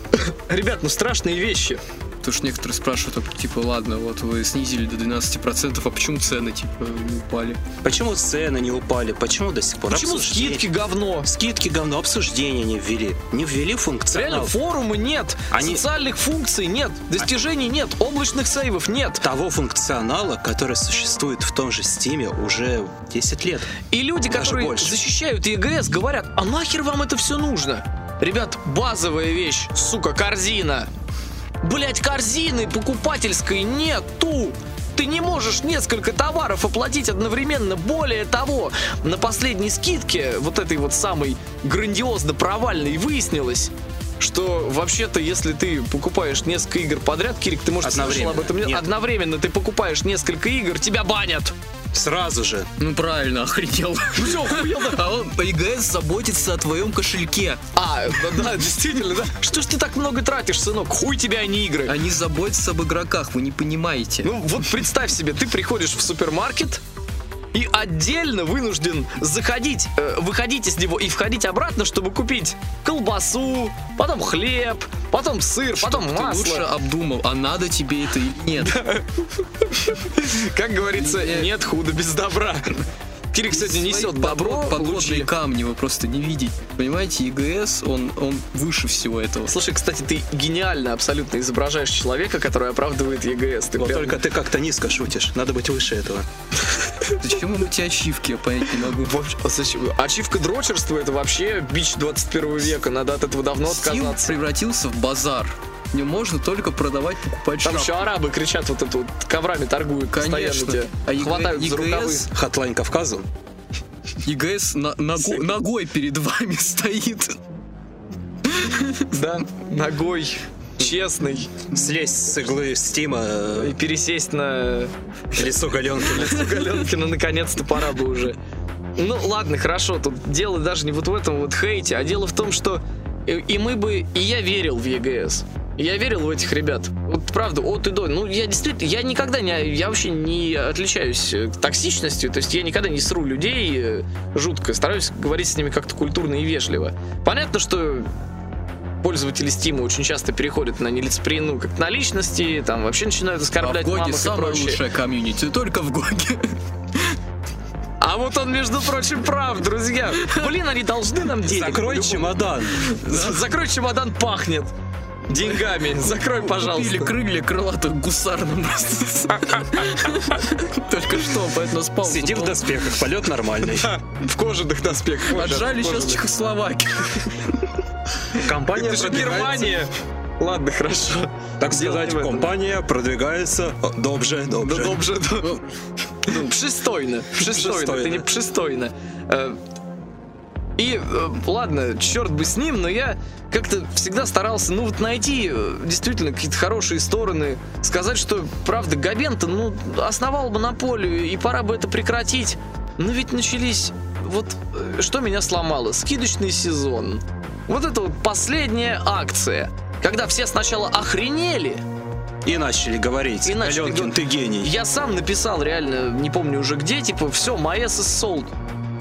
ребят, ну страшные вещи. Потому что некоторые спрашивают, типа, ладно, вот вы снизили до двенадцати процентов, а почему цены, типа, не упали? Почему цены не упали? Почему до сих пор? Почему обсуждение... скидки говно? Скидки говно, обсуждения не ввели. Не ввели функционал. Реально, форумы нет, Они... социальных функций нет, достижений нет, облачных сейвов нет. Того функционала, который существует в том же Стиме уже десять лет. И люди, Даже которые больше. защищают и джи эс, говорят, а нахер вам это все нужно? Ребят, базовая вещь, сука, корзина. Блять, корзины покупательской нету. Ты не можешь несколько товаров оплатить одновременно. Более того, на последней скидке, вот этой вот самой грандиозно провальной, выяснилось, что вообще-то, если ты покупаешь несколько игр подряд, Кирик, ты, может, слышал об этом? Нет. Одновременно ты покупаешь несколько игр, тебя банят. Сразу же. Ну правильно, охренел. Ну все, охуел, да. А он, и джи эс заботится о твоем кошельке. А, да, да, действительно, да. Что ж ты так много тратишь, сынок? Хуй тебя, а не игры. Они заботятся об игроках, вы не понимаете. Ну вот представь себе, ты приходишь в супермаркет и отдельно вынужден заходить, э, выходить из него и входить обратно, чтобы купить колбасу, потом хлеб, потом сыр, Чтоб потом ты масло. лучше обдумал, а надо тебе это или нет. Как говорится, нет худа без добра. Кирик, кстати, несет добро. Подводные камни вы просто не видите. Понимаете, и джи эс, он, он выше всего этого. Слушай, кстати, ты гениально абсолютно изображаешь человека, который оправдывает и джи эс. Ты Вот прям... только ты как-то низко шутишь. Надо быть выше этого. Зачем ему эти ачивки, я понять не могу. Ачивка дрочерства — это вообще бич двадцать первого века. Надо от этого давно Steam отказаться. превратился в базар. В нем можно только продавать, покупать Там шапку. еще арабы кричат, вот это вот коврами торгуют. Конечно. Постоянно А тебя хватают за рукавы. Хатлайн Кавказу. и джи эс на, ногу, ногой перед вами стоит. Да, ногой, честный. Слезть с иглы Стима И пересесть на лицо Галенкина. лицо Галенкина, наконец-то пора бы уже. Ну ладно, хорошо, тут дело даже не вот в этом вот хейте, а дело в том, что и, и мы бы, и я верил в и джи эс. Я верил в этих ребят. Вот правда, от и до. Ну, я действительно, я никогда не, я вообще не отличаюсь токсичностью, то есть я никогда не сру людей жутко, стараюсь говорить с ними как-то культурно и вежливо. Понятно, что пользователи Steam очень часто переходят на нелицеприятные, ну, как на личности, там вообще начинают оскорблять а в мамок и самое прочее. лучшее комьюнити, только в Гоге. А вот он, между прочим, прав, друзья. Блин, они должны нам денег. Закрой чемодан. Закрой чемодан, пахнет деньгами. Закрой, пожалуйста. Купили крылья крылатых гусар нам просто. Только что, поэтому спал. Сиди в доспехах, полет нормальный. В кожаных доспехах. Отжали сейчас Чехословакию. Компания Это же Германия. Ладно, хорошо. Так сказать, компания продвигается добже, добже. Добже, добже. Пристойно, пристойно, это не пристойно. И, ладно, черт бы с ним, но я как-то всегда старался, ну, вот найти действительно какие-то хорошие стороны, сказать, что, правда, Габен-то, ну, основал монополию, и пора бы это прекратить. Но ведь начались, вот, что меня сломало, скидочный сезон. Вот это вот последняя акция, когда все сначала охренели, и начали говорить, и начали Галенкин, говорить. ты гений. Я сам написал, реально, не помню уже где, типа, все, my ass is sold.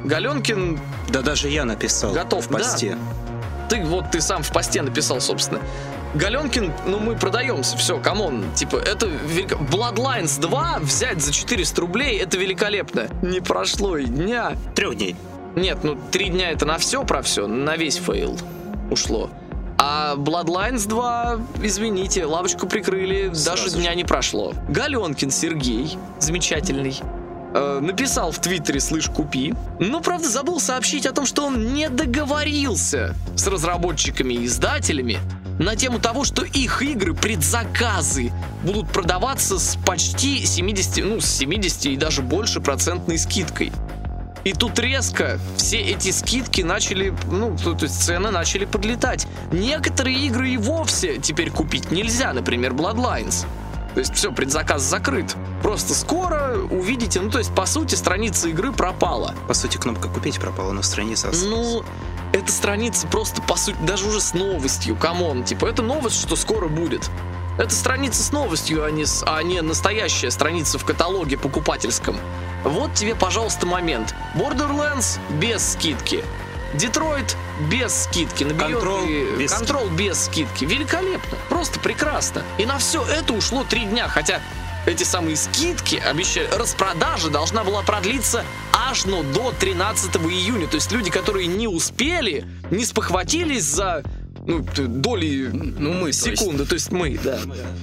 Галенкин... Да даже я написал готов, в посте. Да. Ты вот ты сам в посте написал, собственно. Галенкин, ну мы продаемся, все, камон. Типа, это велик... Bloodlines два взять за четыреста рублей, это великолепно. Не прошло и дня. Трех дней. Нет, ну три дня это на все про все, на весь фейл ушло. А Bloodlines два, извините, лавочку прикрыли, сразу даже же. Дня не прошло. Галенкин Сергей, замечательный, э, написал в Твиттере «Слышь, купи». Но, правда, забыл сообщить о том, что он не договорился с разработчиками и издателями на тему того, что их игры, предзаказы, будут продаваться с почти семьдесят, ну, с семьдесят и даже больше процентной скидкой. И тут резко все эти скидки начали, ну, то есть цены начали подлетать. Некоторые игры и вовсе теперь купить нельзя, например, Bloodlines. То есть все, предзаказ закрыт. Просто скоро увидите, ну, то есть, по сути, страница игры пропала. По сути, кнопка «Купить» пропала, но страница осталась. Ну, эта страница просто, по сути, даже уже с новостью, камон. Типа, это новость, что скоро будет. Это страница с новостью, а не, с, а не настоящая страница в каталоге покупательском. Вот тебе, пожалуйста, момент. Borderlands без скидки. Детройт без скидки. На Control без, Control без скидки. Великолепно. Просто прекрасно. И на все это ушло три дня. Хотя эти самые скидки, обещали, распродажа должна была продлиться аж ну, до тринадцатого июня. То есть люди, которые не успели, не спохватились за ну, доли ну, мы, секунды. То есть, то есть мы, да.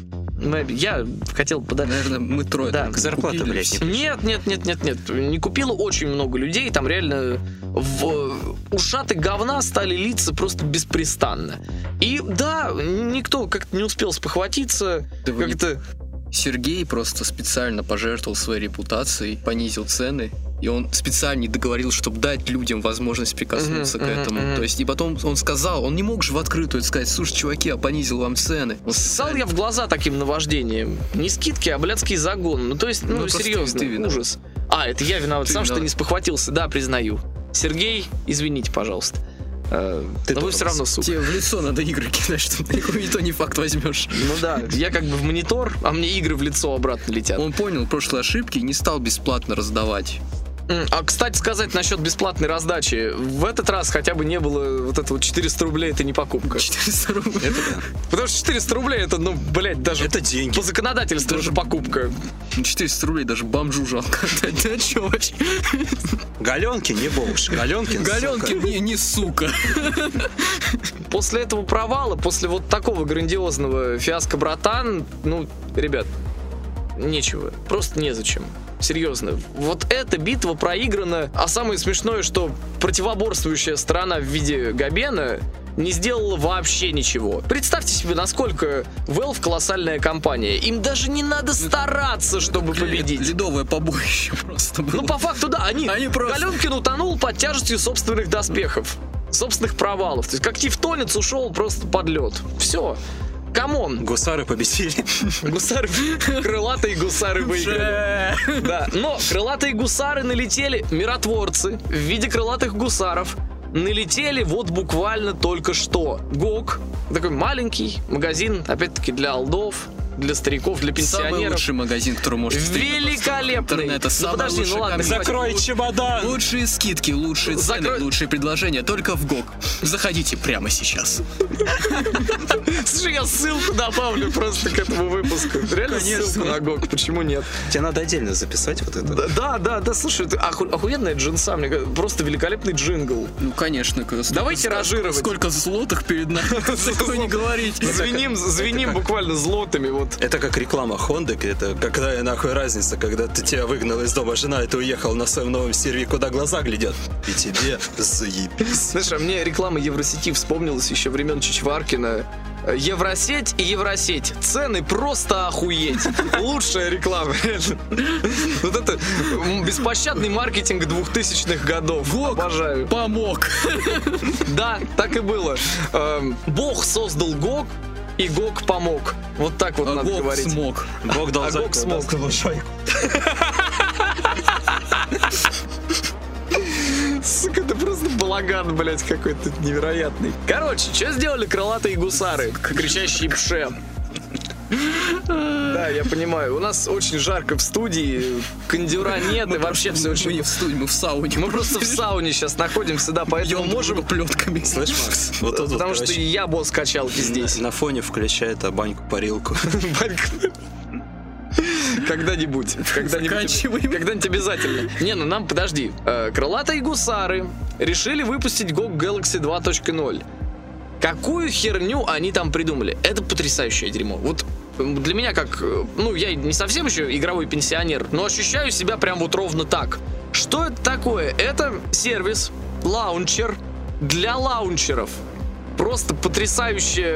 Я хотел подать... Наверное, мы трое да. к зарплате, блядь, не Нет, нет, нет, нет, нет. Не купило очень много людей. Там реально в ушаты говна стали литься просто беспрестанно. И да, никто как-то не успел спохватиться. Да как-то... Сергей просто специально пожертвовал своей репутацией, понизил цены. И он специально не договорился, чтобы дать людям возможность прикоснуться uh-huh, к этому. Uh-huh, uh-huh. То есть, и потом он сказал, он не мог же в открытую сказать: слушай, чуваки, я понизил вам цены. Он ссал специально... я в глаза таким наваждением. Не скидки, а блядский загон. Ну, то есть, ну, ну серьезно, ты, ты ужас. А, это я виноват ты сам, виноват. Что не спохватился. Да, признаю. Сергей, извините, пожалуйста. Ты но вы все равно, сука. Тебе в лицо надо игры кидать, чтобы и то не факт возьмешь. Ну да, я как бы в монитор, а мне игры в лицо обратно летят. Он понял прошлые ошибки и не стал бесплатно раздавать. А, кстати сказать, насчет бесплатной раздачи. В этот раз хотя бы не было вот этого четыреста рублей, это не покупка. четыреста рублей. Это да. Потому что четыреста рублей это, ну, блядь, даже это деньги. По законодательству это же покупка. четыреста рублей даже бомжу жалко. Да что вообще? Галенкин не бомж. Галенкин, Галенкин не, не сука. После этого провала, после вот такого грандиозного фиаско, братан, ну, ребят, нечего. Просто незачем. Серьезно, вот эта битва проиграна, а самое смешное, что противоборствующая сторона в виде Габена не сделала вообще ничего. Представьте себе, насколько Valve колоссальная компания. Им даже не надо стараться, чтобы победить. Ледовое побоище просто было. Ну, по факту, да, они... они просто... Галенкин утонул под тяжестью собственных доспехов, собственных провалов. То есть, как тевтонец ушел просто под лед. Все. Камон. Гусары победили. Гусары, крылатые гусары выиграли. Да, но крылатые гусары налетели, миротворцы в виде крылатых гусаров налетели вот буквально только что. ГОГ, такой маленький магазин, опять-таки для олдов, для стариков, для пенсионеров. Самый лучший магазин, который может встретить. Великолепный. Это самый ну, лучший. Ну, ладно, закрой чемодан. Лучшие скидки, лучшие цены, Закрой... лучшие предложения только в ГОГ. Заходите прямо сейчас. Слушай, я ссылку добавлю просто к этому выпуску. Реально ссылку на ГОГ, почему нет? Тебе надо отдельно записать вот это. Да, да, да, слушай, это оху... охуенная джинса, мне кажется, просто великолепный джингл. Ну, конечно. Давай тиражировать. Сколько злотых перед нами, такое не говорите. Звеним, звеним буквально злотами, вот. Это как реклама Хонды, это какая нахуй разница, когда ты тебя выгнал из дома жена, и ты уехал на своем новом сервере, куда глаза глядят, и тебе заебись. Знаешь, а мне реклама Евросети вспомнилась еще времен Чичваркина. Евросеть и Евросеть. Цены просто охуеть. Лучшая реклама. Вот это беспощадный маркетинг двухтысячных годов. ГОГ обожаю. Помог. Да, так и было. Бог создал ГОГ, и ГОГ помог. Вот так вот а надо ГОГ говорить. Смог. ГОГ дал а ГОГ смог. Сука, это просто балаган, блядь, какой-то невероятный. Короче, что сделали крылатые гусары, кричащие пше? Да, я понимаю. У нас очень жарко в студии, кондюра нет, и вообще все очень... Мы не в студии, мы в сауне. Мы просто в сауне сейчас находимся, да, поэтому можем... плетками. Слышь, Макс, вот тут Потому что я босс качалки здесь. На фоне включает баньку-парилку. Когда-нибудь. Когда-нибудь. Когда-нибудь обязательно. Не, ну нам, подожди. Крылатые гусары решили выпустить джи о джи Galaxy два точка ноль. Какую херню они там придумали? Это потрясающее дерьмо. Вот для меня как... Ну, я не совсем еще игровой пенсионер, но ощущаю себя прям вот ровно так. Что это такое? Это сервис, лаунчер для лаунчеров. Просто потрясающая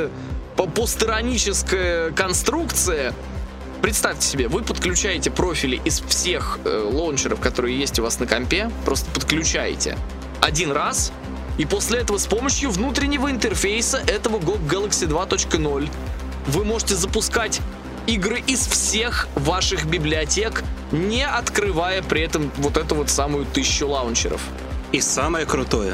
постироническая конструкция. Представьте себе, вы подключаете профили из всех э, лаунчеров, которые есть у вас на компе, просто подключаете один раз, и после этого с помощью внутреннего интерфейса этого джи о джи Galaxy два точка ноль вы можете запускать игры из всех ваших библиотек, не открывая при этом вот эту вот самую тысячу лаунчеров. И самое крутое,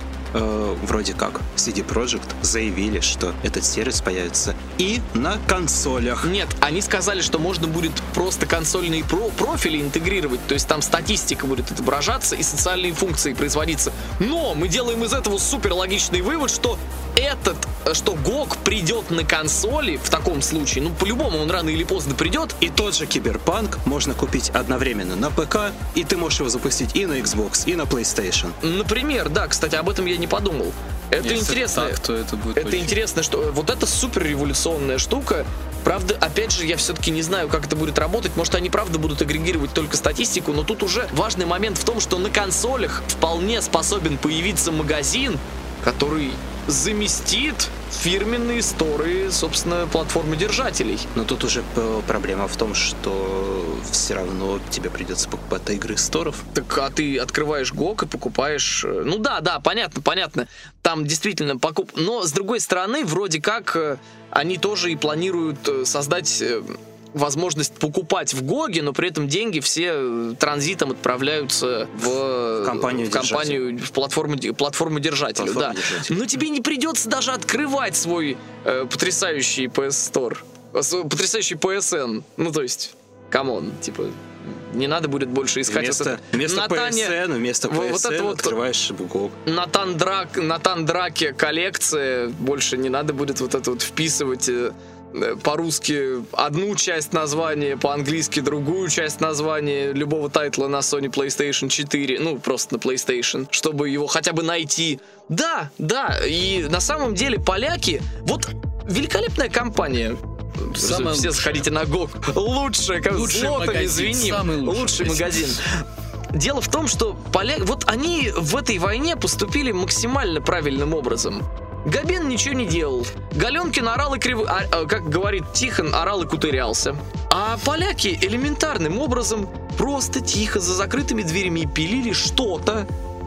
э, вроде как си ди Projekt заявили, что этот сервис появится и на консолях. Нет, они сказали, что можно будет просто консольные про- профили интегрировать, то есть там статистика будет отображаться и социальные функции производиться. Но мы делаем из этого супер логичный вывод, что этот, что джи о джи придет на консоли в таком случае, ну по-любому он рано или поздно придет. И тот же Киберпанк можно купить одновременно на ПК, и ты можешь его запустить и на Xbox, и на PlayStation. Например, да, кстати, об этом я не подумал. Это Если интересно. Так, то это будет это очень... интересно, что вот это супер революционная штука. Правда, опять же, я все-таки не знаю, как это будет работать. Может, они правда будут агрегировать только статистику, но тут уже важный момент в том, что на консолях вполне способен появиться магазин, который заместит фирменные сторы, собственно, платформы держателей. Но тут уже проблема в том, что все равно тебе придется покупать игры из сторов. Так, а ты открываешь джи о джи и покупаешь... Ну да, да, понятно, понятно. Там действительно покуп... Но, с другой стороны, вроде как они тоже и планируют создать... возможность покупать в джи о джи, но при этом деньги все транзитом отправляются в, в компанию, в, компанию, в платформу, платформу держателя. Платформу да. держателя. Но тебе не придется даже открывать свой э, потрясающий пи эс Store, э, потрясающий пи эс эн. Ну, то есть, камон, типа, не надо будет больше искать вместо, вот это. Вместо Натане, пи эс эн, вместо пи эс эн вот это вот открываешь джи о джи. Натан, Драк, Натан Драке коллекция, больше не надо будет вот это вот вписывать... Э, по-русски одну часть названия, по-английски другую часть названия любого тайтла на Sony PlayStation четыре, ну, просто на PlayStation, чтобы его хотя бы найти. Да, да, и на самом деле поляки, вот великолепная компания. Самое Все лучшее. Сходите на джи о джи. Лучшая, как злотом, извини. Лучший, лучший магазин. Дело в том, что поляки, вот они в этой войне поступили максимально правильным образом. Габен ничего не делал. Галенкин орал и крив... а, как говорит Тихон, орал и кутырялся. А поляки элементарным образом просто тихо за закрытыми дверями пилили что-то,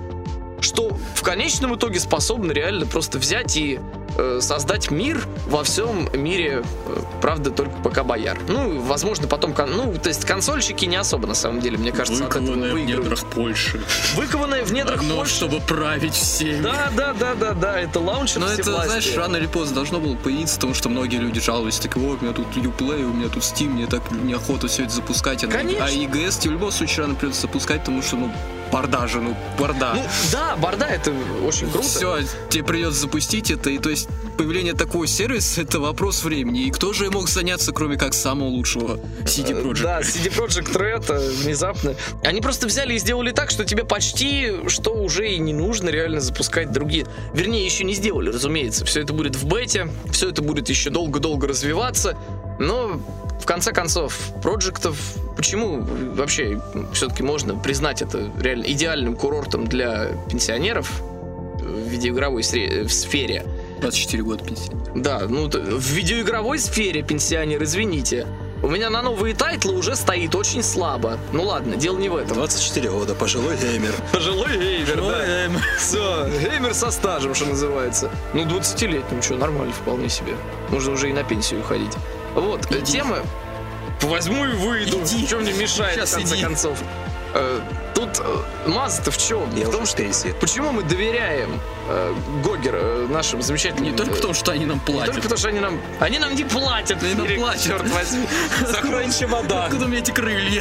что в конечном итоге способно реально просто взять и э, создать мир во всем мире, э, правда, только пока бояр. Ну, возможно, потом... Кон... Ну, то есть консольщики не особо, на самом деле, мне кажется, выкованная в недрах Польши. Выкованная в недрах Одно, Польши. чтобы править всеми. Да, да, да, да, да, это лаунчер Но это, власти. Знаешь, рано или поздно должно было появиться, потому что многие люди жаловались, так вот, у меня тут Uplay, у меня тут Steam, мне так неохота все это запускать. А, Конечно. а и джи эс тебе в любом случае рано придется запускать, потому что, ну, борда же, ну, борда. Ну, да, борда, это очень круто. Все, тебе придется запустить это, и то есть появление такого сервиса — это вопрос времени. И кто же мог заняться, кроме как самого лучшего си ди Projekt? Да, си ди Projekt Red внезапно. Они просто взяли и сделали так, что тебе почти что уже и не нужно реально запускать другие. Вернее, еще не сделали, разумеется. Все это будет в бете, все это будет еще долго-долго развиваться, но в конце концов, проектов, почему вообще все-таки можно признать это реально идеальным курортом для пенсионеров в видеоигровой сфере? двадцать четыре года пенсионер. Да, ну в видеоигровой сфере пенсионер, извините. У меня на новые тайтлы уже стоит очень слабо. Ну ладно, дело не в этом. двадцать четыре года, пожилой геймер. Пожилой геймер, Пожилой да. геймер. Все, геймер со стажем, что называется. Ну, двадцатилетним, что, нормально вполне себе. Можно уже и на пенсию уходить. Вот, иди. Тема... Возьму и выйду. Иди. Что мне мешает, сейчас в конце иди. концов? Э, тут э, маза-то в чем? Я в том, что пенсии. Почему мы доверяем э, Гогер, э, нашим замечательным... Не только потому, что они нам платят. Не только потому, что они нам... Они нам не платят. Они нам платят. Черт возьми. Закрой чемодан. Откуда у меня эти крылья?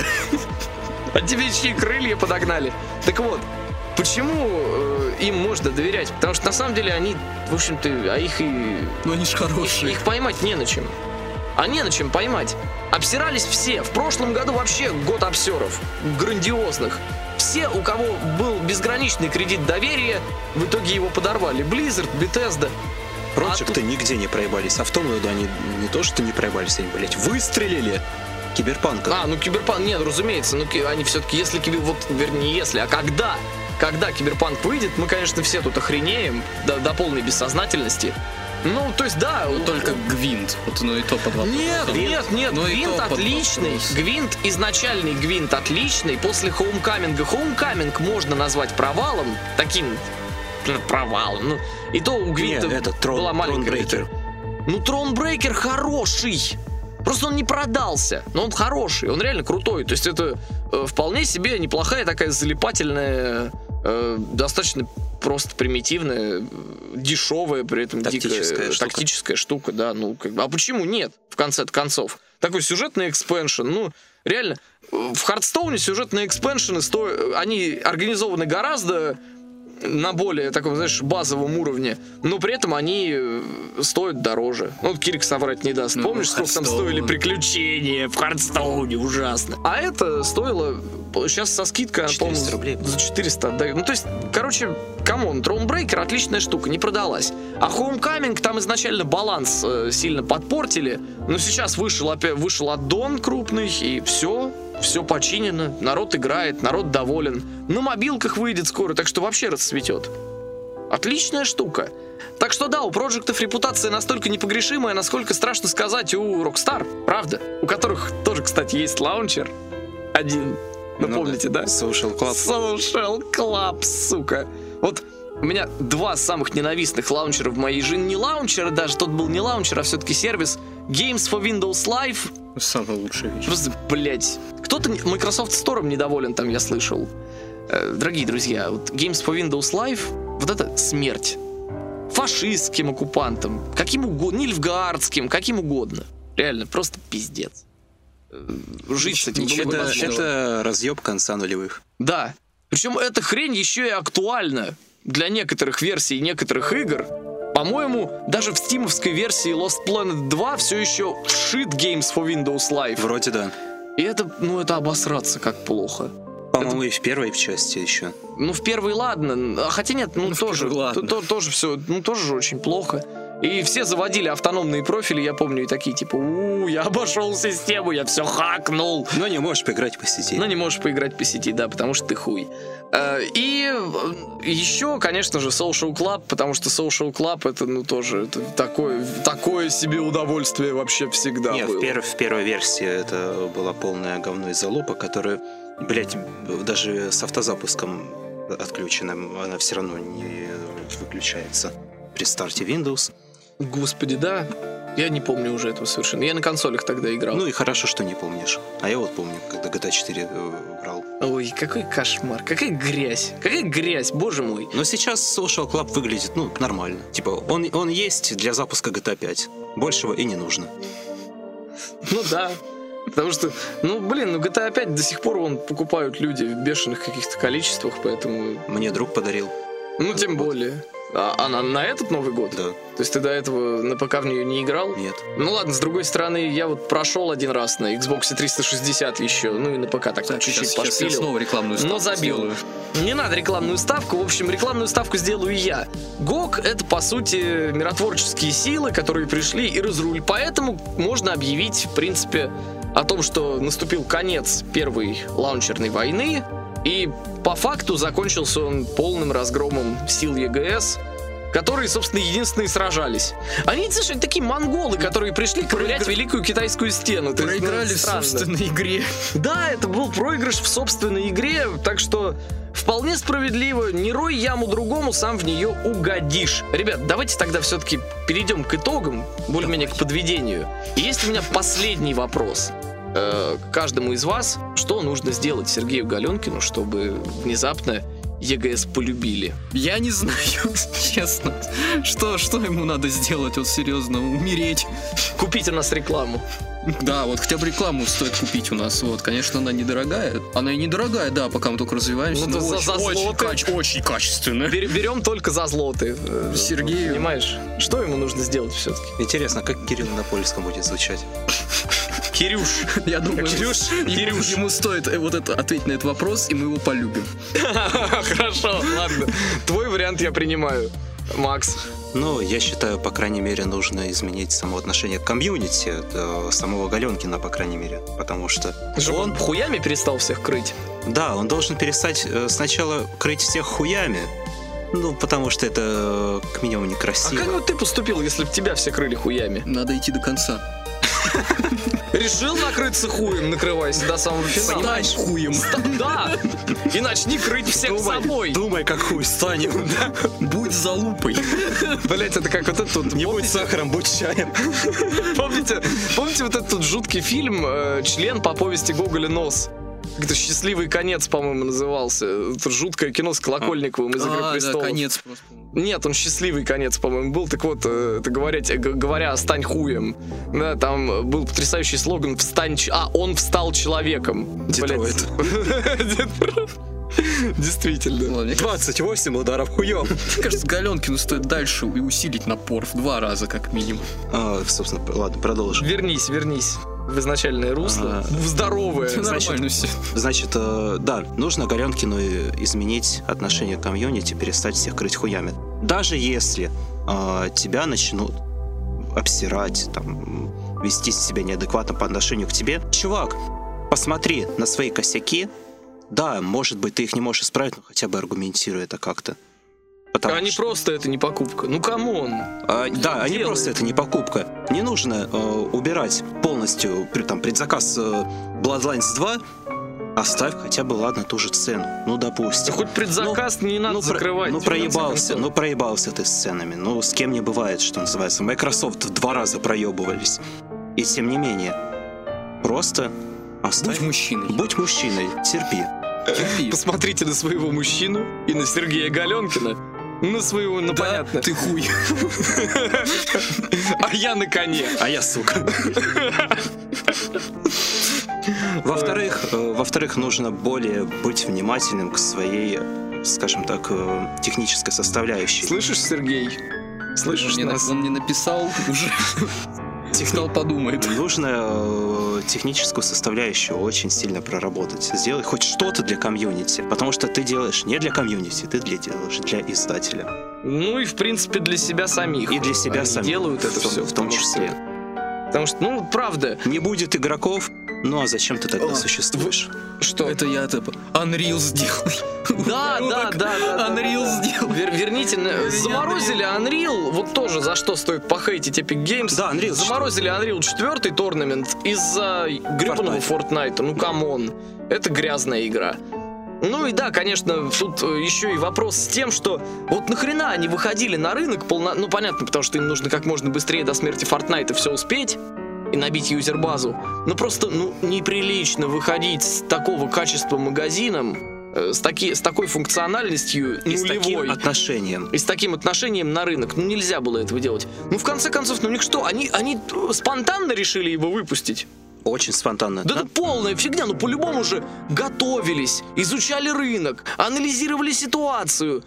А тебе чьи крылья подогнали? Так вот, почему э, им можно доверять? Потому что на самом деле они, в общем-то, а их и... Ну они ж хорошие. Их, их поймать не на чем. А не на чем поймать. Обсирались все. В прошлом году вообще год обсеров. Грандиозных. Все, у кого был безграничный кредит доверия, в итоге его подорвали. Blizzard, Bethesda. Проджекты а тут... нигде не проебались. А в том году они не то, что не проебались, они, блядь, выстрелили. Киберпанка. А, ну Киберпанк, нет, разумеется. Ну, они все-таки, если кибер... Вот, вернее, если, а когда? Когда Киберпанк выйдет, мы, конечно, все тут охренеем до, до полной бессознательности. Ну, то есть, да. Ну, только Гвинт. Вот, ну и то под вопрос. Нет, Гвинт. нет, нет. Ну, Гвинт отличный. Гвинт, изначальный Гвинт отличный. После Хоумкаминга. Хоумкаминг можно назвать провалом. Таким провалом. Ну, и то у Гвинта нет, это трон, была маленькая... Тронбрейкер. Ну, Тронбрейкер хороший. Просто он не продался. Но он хороший. Он реально крутой. То есть, это э, вполне себе неплохая такая залипательная... Э, достаточно просто примитивная, дешевая, при этом тактическая, дикая, штука. тактическая штука, да, ну, как бы, а почему нет, в конце концов? Такой сюжетный экспеншн, ну, реально, в Хардстоуне сюжетные экспеншены, сто... они организованы гораздо на более таком, знаешь, базовом уровне, но при этом они стоят дороже. Ну, вот Кирик соврать не даст. Ну, помнишь, сколько там стоили приключения в Хардстоуне? Ужасно. А это стоило... Сейчас со скидкой, четыреста рублей. За четыреста отдаю. Ну, то есть, короче, камон, Тронбрейкер отличная штука, не продалась. А Homecoming там изначально баланс э, сильно подпортили. Но сейчас вышел опять вышел аддон крупный, и все, все починено. Народ играет, народ доволен. На мобилках выйдет скоро, так что вообще расцветет. Отличная штука. Так что да, у проджектов репутация настолько непогрешимая, насколько страшно сказать у Rockstar, правда? У которых тоже, кстати, есть лаунчер. Один. Вы ну, помните, да? Social Club. Social Club, сука. Вот у меня два самых ненавистных лаунчера в моей жизни. Не лаунчера даже, тот был не лаунчер, а все-таки сервис. Games for Windows Live. Самая лучшая вещь. Просто, блять. Кто-то Microsoft Store недоволен там, я слышал. Дорогие друзья, вот Games for Windows Live, вот это смерть. Фашистским оккупантам, каким угодно, нильфгаардским, каким угодно. Реально, просто пиздец. Жить с этим было это, невозможно. Это разъеб конца нулевых. Да. Причем эта хрень еще и актуальна для некоторых версий некоторых игр. По-моему, даже в стимовской версии Lost Planet два все еще вшит Games for Windows Live. Вроде да. И это, ну, это обосраться как плохо. По-моему, это... и в первой части еще. Ну, в первой ладно. Хотя нет, ну, ну тоже, то, то, тоже все, ну, тоже же очень плохо. И все заводили автономные профили, я помню, и такие, типа, у я обошел систему, я все хакнул. Но не можешь поиграть по сети. Но не можешь поиграть по сети, да, потому что ты хуй. И еще, конечно же, Social Club, потому что Social Club это, ну, тоже это такое, такое себе удовольствие вообще всегда Нет, было. В, пер- в первой версии это была полная говно и залупа, которая, блять, даже с автозапуском отключенным, она все равно не выключается при старте Windows. Господи, да. Я не помню уже этого совершенно. Я на консолях тогда играл. Ну и хорошо, что не помнишь. А я вот помню, когда джи ти эй четыре играл. Ой, какой кошмар, какая грязь. Какая грязь, боже мой. Но сейчас Social Club выглядит, ну, нормально. Типа, он, он есть для запуска джи ти эй пять. Большего и не нужно. Ну да. Потому что, ну, блин, ну джи ти эй пять до сих пор вон покупают люди в бешеных каких-то количествах, поэтому... Мне друг подарил. Ну, тем более. А, а на, на этот Новый год? Да. То есть ты до этого на ПК в нее не играл? Нет. Ну ладно, с другой стороны, я вот прошел один раз на Xbox триста шестьдесят еще, ну и на ПК так, так чуть-чуть сейчас, пошпилил. Сейчас я снова рекламную ставку но забил. Сделаю. Не надо рекламную ставку, в общем, рекламную ставку сделаю я. джи эй это, по сути, миротворческие силы, которые пришли и разрулили. Поэтому можно объявить, в принципе, о том, что наступил конец первой лаунчерной войны, и по факту закончился он полным разгромом сил и джи эс, которые, собственно, единственные сражались. Они, слушай, такие монголы, которые пришли ковырять Проигр... Великую Китайскую стену. Проиграли в собственной игре. Да, это был проигрыш в собственной игре, так что вполне справедливо. Не рой яму другому, сам в нее угодишь. Ребят, давайте тогда все-таки перейдем к итогам, более-менее к подведению. И есть у меня последний вопрос э, каждому из вас. Что нужно сделать Сергею Галенкину, чтобы внезапно и джи эс полюбили? Я не знаю, честно. Что, что ему надо сделать, вот серьезно, умереть? Купить у нас рекламу. Да, вот хотя бы рекламу стоит купить у нас. Вот, конечно, она недорогая. Она и недорогая, да, пока мы только развиваемся. Ну, но за, очень, за очень, злоты. каче- очень качественная. Бер- берем только за злоты. Сергею. Понимаешь, что ему нужно сделать все-таки? Интересно, как Кирилл на польском будет звучать? Кирюш. Я думаю, Кирюш, ему, Кирюш. ему стоит э, вот это, ответить на этот вопрос, и мы его полюбим. Хорошо, ладно. Твой вариант я принимаю. Макс. Ну, я считаю, по крайней мере, нужно изменить само отношение к комьюнити, э, самого Галенкина, по крайней мере, потому что Чтобы он хуями перестал всех крыть. да, он должен перестать э, сначала крыть всех хуями, ну, потому что это э, как минимум А некрасиво. как бы ты поступил, если бы тебя все крыли хуями? Надо идти до конца. Решил накрыться хуем, накрывайся до самого финала. Понимаешь, хуем. Да. И начни крыть всех собой. думай, как хуй станем. Будь залупой. Блять, это как вот этот вот. Не будь сахаром, будь чаем. Помните, помните вот этот вот жуткий фильм э, «Член» по повести Гоголя «Нос»? Как-то «Счастливый конец», по-моему, назывался. Это жуткое кино с Колокольниковым из «Игры А, да, престолов». конец просто. Нет, он «Счастливый конец», по-моему, был. Так вот, э, это говоря, г- говоря «стань хуем». Да, там был потрясающий слоган «Встань...» ч- А, он встал человеком. Детройт. Детройт. Действительно. Ладно, мне кажется, двадцать восемь ударов хуем. мне кажется, Галенкину стоит дальше и усилить напор в два раза, как минимум. А, собственно, ладно, продолжим. Вернись, вернись в изначальное русло. Ага. В здоровое. Это значит, нормально все. Значит, э, да, нужно Галенкину изменить отношение к комьюнити, перестать всех крыть хуями. Даже если э, тебя начнут обсирать, там, вести себя неадекватно по отношению к тебе, чувак, посмотри на свои косяки. Да, может быть, ты их не можешь исправить, но хотя бы аргументируй это как-то. Потому Они что- просто это не покупка. Ну камон. А, да, они делают? просто это не покупка. Не нужно э, убирать полностью при- там, предзаказ э, Bloodlines два. Оставь хотя бы, ладно, ту же цену. Ну, Да допустим. хоть предзаказ не надо ну, про- закрывать. ну, в конце проебался, концов. ну, проебался ты с ценами. Ну, с кем не бывает, что называется. Microsoft в два раза проебывались. И тем не менее, просто оставь. Будь мужчиной. Будь мужчиной, терпи. Терпи. Посмотрите на своего мужчину и на Сергея Галенкина. На своего, ну Да, понятно. ты хуй. А я на коне. А я сука. Во-вторых, э, во-вторых, нужно более быть внимательным к своей, скажем так, э, технической составляющей. Слышишь, Сергей? Слышишь Он мне, нас? он мне написал уже. Сказал, подумает. Нужно э, техническую составляющую очень сильно проработать. Сделай хоть что-то для комьюнити. Потому что ты делаешь не для комьюнити, ты для, делаешь для издателя. Ну и в принципе для себя самих. И для себя Они самих. делают это В том- все в том числе. Потому что, ну, правда, Не будет игроков, ну а зачем ты тогда О, существуешь? что... Это я это Unreal сделал. Да, да, да, да, да. Unreal сделал. Вер- верните, на- заморозили Unreal, вот тоже за что стоит похейтить Epic Games. Да, Unreal Заморозили Unreal четыре торнамент из-за гребаного Fortnite. Ну, камон, это грязная игра. Ну и да, конечно, тут э, еще и вопрос с тем, что вот нахрена они выходили на рынок полно... Ну, понятно, потому что им нужно как можно быстрее до смерти Fortnite все успеть и набить юзербазу. Но просто, ну, неприлично выходить с такого качества магазином, э, с, таки... с такой функциональностью И с таким нулевой. отношением. И с таким отношением на рынок. Ну, нельзя было этого делать. Ну, в конце концов, ну, у них что? Они, они спонтанно решили его выпустить? Очень спонтанно. Да это полная фигня. Ну, по-любому же готовились, изучали рынок, анализировали ситуацию.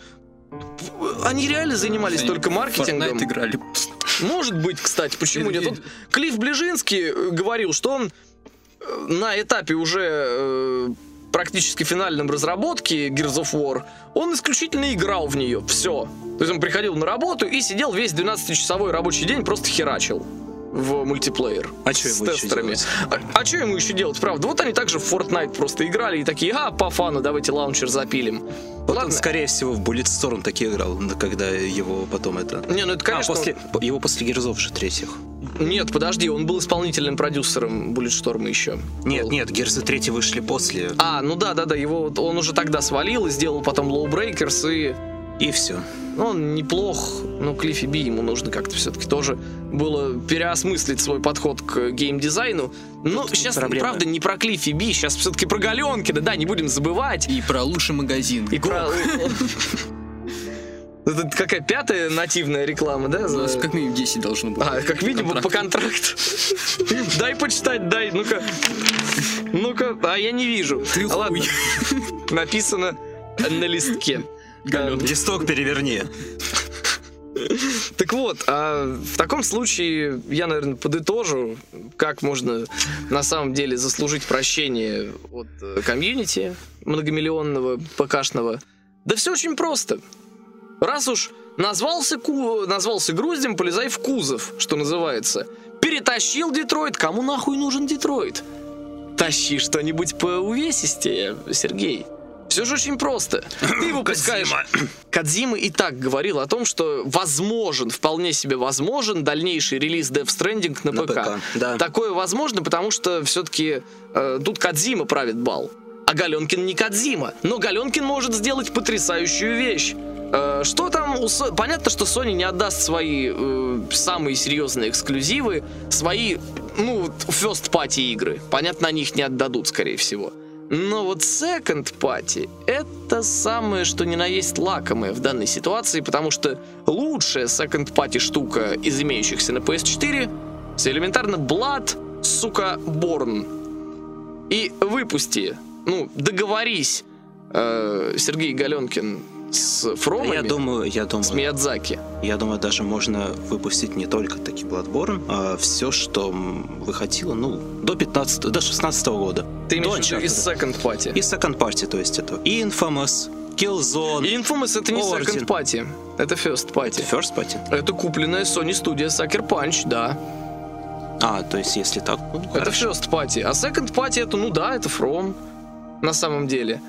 Они реально занимались Они только в маркетингом. Fortnite играли. Может быть, кстати, почему нет? Вот Клифф Ближинский э, говорил, что он э, на этапе уже э, практически финальном разработки Gears of War, он исключительно играл в нее. Все. То есть он приходил на работу и сидел весь двенадцатичасовой рабочий день, просто херачил в мультиплеер. А чё с ему ещё тестерами. делать? А, а что ему еще делать, правда? Вот они также в Fortnite просто играли и такие, а, по фану, давайте лаунчер запилим. Вот Ладно. он, скорее всего, в Bulletstorm таки играл, когда его потом это... Не, ну это, конечно... А, после, его после Герзов же третьих. Нет, подожди, он был исполнительным продюсером Bulletstorm еще. Нет, Был. нет, Герзы третьи вышли после. А, ну да, да, да, его вот он уже тогда свалил и сделал потом Lawbreakers и И все. Он неплох, но Клиффи Би ему нужно как-то все-таки тоже было переосмыслить свой подход к геймдизайну. Но Тут сейчас, проблема. правда, не про Клиффи Би, сейчас все-таки про Галенкина, да, не будем забывать. И про лучший магазин. И про... Это какая пятая нативная реклама, да? У нас как минимум десять должно быть. А, как минимум по контракту. Дай почитать, дай, ну-ка. Ну-ка, а я не вижу. Ты хуй. Написано на листке. Листок переверни. Так вот, а в таком случае я, наверное, подытожу, как можно на самом деле заслужить прощение от комьюнити многомиллионного ПКшного. Да все очень просто. Раз уж назвался, ку... назвался груздем, полезай в кузов, что называется. Перетащил Детройт, кому нахуй нужен Детройт? Тащи что-нибудь по увесистее, Сергей. Все же очень просто. Ты выпускаешь... Кодзима и так говорил о том, что возможен, вполне себе возможен дальнейший релиз Death Stranding на, на ПК. ПК да. Такое возможно, потому что все-таки э, тут Кодзима правит бал. А Галенкин не Кодзима. Но Галенкин может сделать потрясающую вещь. Э, что там? У Со... Понятно, что Sony не отдаст свои э, самые серьезные эксклюзивы, свои, ну, first party игры. Понятно, они их не отдадут, скорее всего. Но вот Second Party — это самое, что ни на есть лакомое в данной ситуации, потому что лучшая Second Party штука из имеющихся на пи эс четыре — это элементарно Blood, сука, Born. И выпусти, ну, договорись, э, Сергей Галенкин с Фромами, я думаю, я думаю, с Миядзаки. Я думаю, даже можно выпустить не только таки Bloodborne, а все, что выходило, ну, до пятнадцатого, до шестнадцатого года. Ты имеешь в виду из Second Party? Из Second Party, то есть это и Infamous, Killzone. И Infamous — это не Origin. Second Party, это First Party. First Party? Это купленная Sony студия Sucker Punch, да. А, то есть если так, ну, это хорошо. First Party. А Second Party — это, ну да, это From, на самом деле.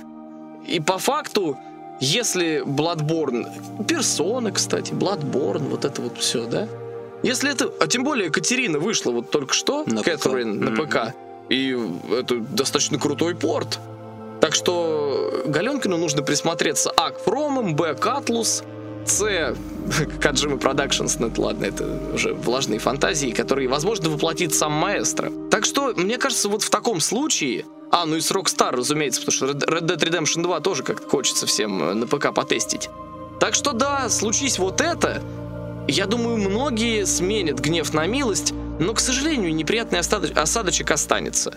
И по факту, если Bloodborne, Persona, кстати, Bloodborne, вот это вот все, да? Если это, а тем более Катерина вышла вот только что, на Кэтрин на ПК, mm-hmm. и это достаточно крутой порт. Так что Галенкину нужно присмотреться а к Фромам, б к Atlus, с Kojima Productions, ну это ладно, это уже влажные фантазии, которые, возможно, воплотит сам маэстро. Так что, мне кажется, вот в таком случае... А, ну и с Rockstar, разумеется, потому что Red Dead Redemption два тоже как-то хочется всем на ПК потестить. Так что да, случись вот это, я думаю, многие сменят гнев на милость, но, к сожалению, неприятный осадоч- осадочек останется.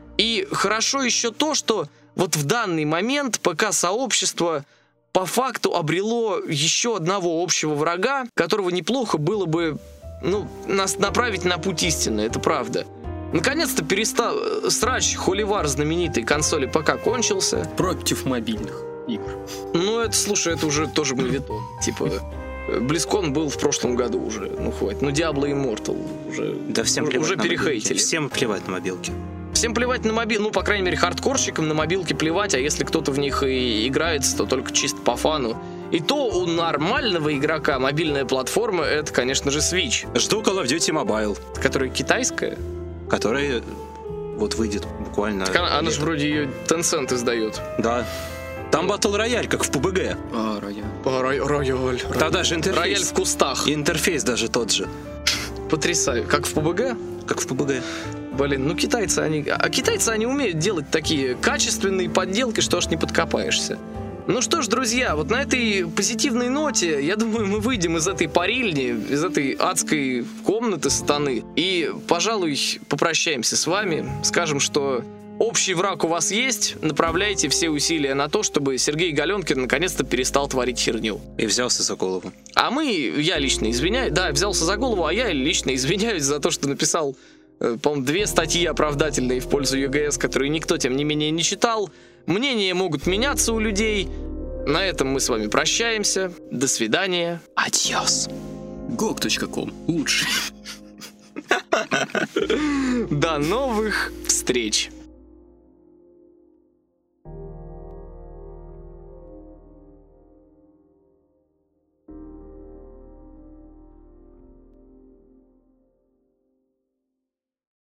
И хорошо еще то, что вот в данный момент ПК-сообщество по факту обрело еще одного общего врага, которого неплохо было бы, ну, нас направить на путь истины, это правда. Наконец-то перестал срач холивар знаменитой консоли ПК кончился. Против мобильных игр. Ну, это, слушай, это уже тоже мовитон. Типа, BlizzCon был в прошлом году уже. Ну, хватит. Ну, Diablo Immortal уже, да всем уже перехейтили. Всем плевать на мобилки. Всем плевать на мобилки. Ну, по крайней мере, хардкорщикам на мобилке плевать. А если кто-то в них и играется, то только чисто по фану. И то у нормального игрока мобильная платформа — это, конечно же, Switch. Жду Call of Duty Mobile. Которая китайская. Которая вот выйдет буквально... Так она, она же вроде ее Tencent издает. Да. Там батл рояль, как в пэ бэ гэ. А, рояль. А, рояль, рояль. Там даже интерфейс. Рояль в кустах. Интерфейс даже тот же. Потрясаю. Как в пэ бэ гэ? Как в пэ бэ гэ. Блин, ну китайцы, они... А китайцы, они умеют делать такие качественные подделки, что аж не подкопаешься. Ну что ж, друзья, вот на этой позитивной ноте, я думаю, мы выйдем из этой парильни, из этой адской комнаты сатаны и, пожалуй, попрощаемся с вами, скажем, что общий враг у вас есть, направляйте все усилия на то, чтобы Сергей Галенкин наконец-то перестал творить херню. И взялся за голову. А мы, я лично извиняюсь, да, взялся за голову, а я лично извиняюсь за то, что написал, по-моему, две статьи оправдательные в пользу ю джи эс, которые никто, тем не менее, не читал. Мнения могут меняться у людей. На этом мы с вами прощаемся. До свидания. Адьос. гог точка ком. Лучше. До новых встреч.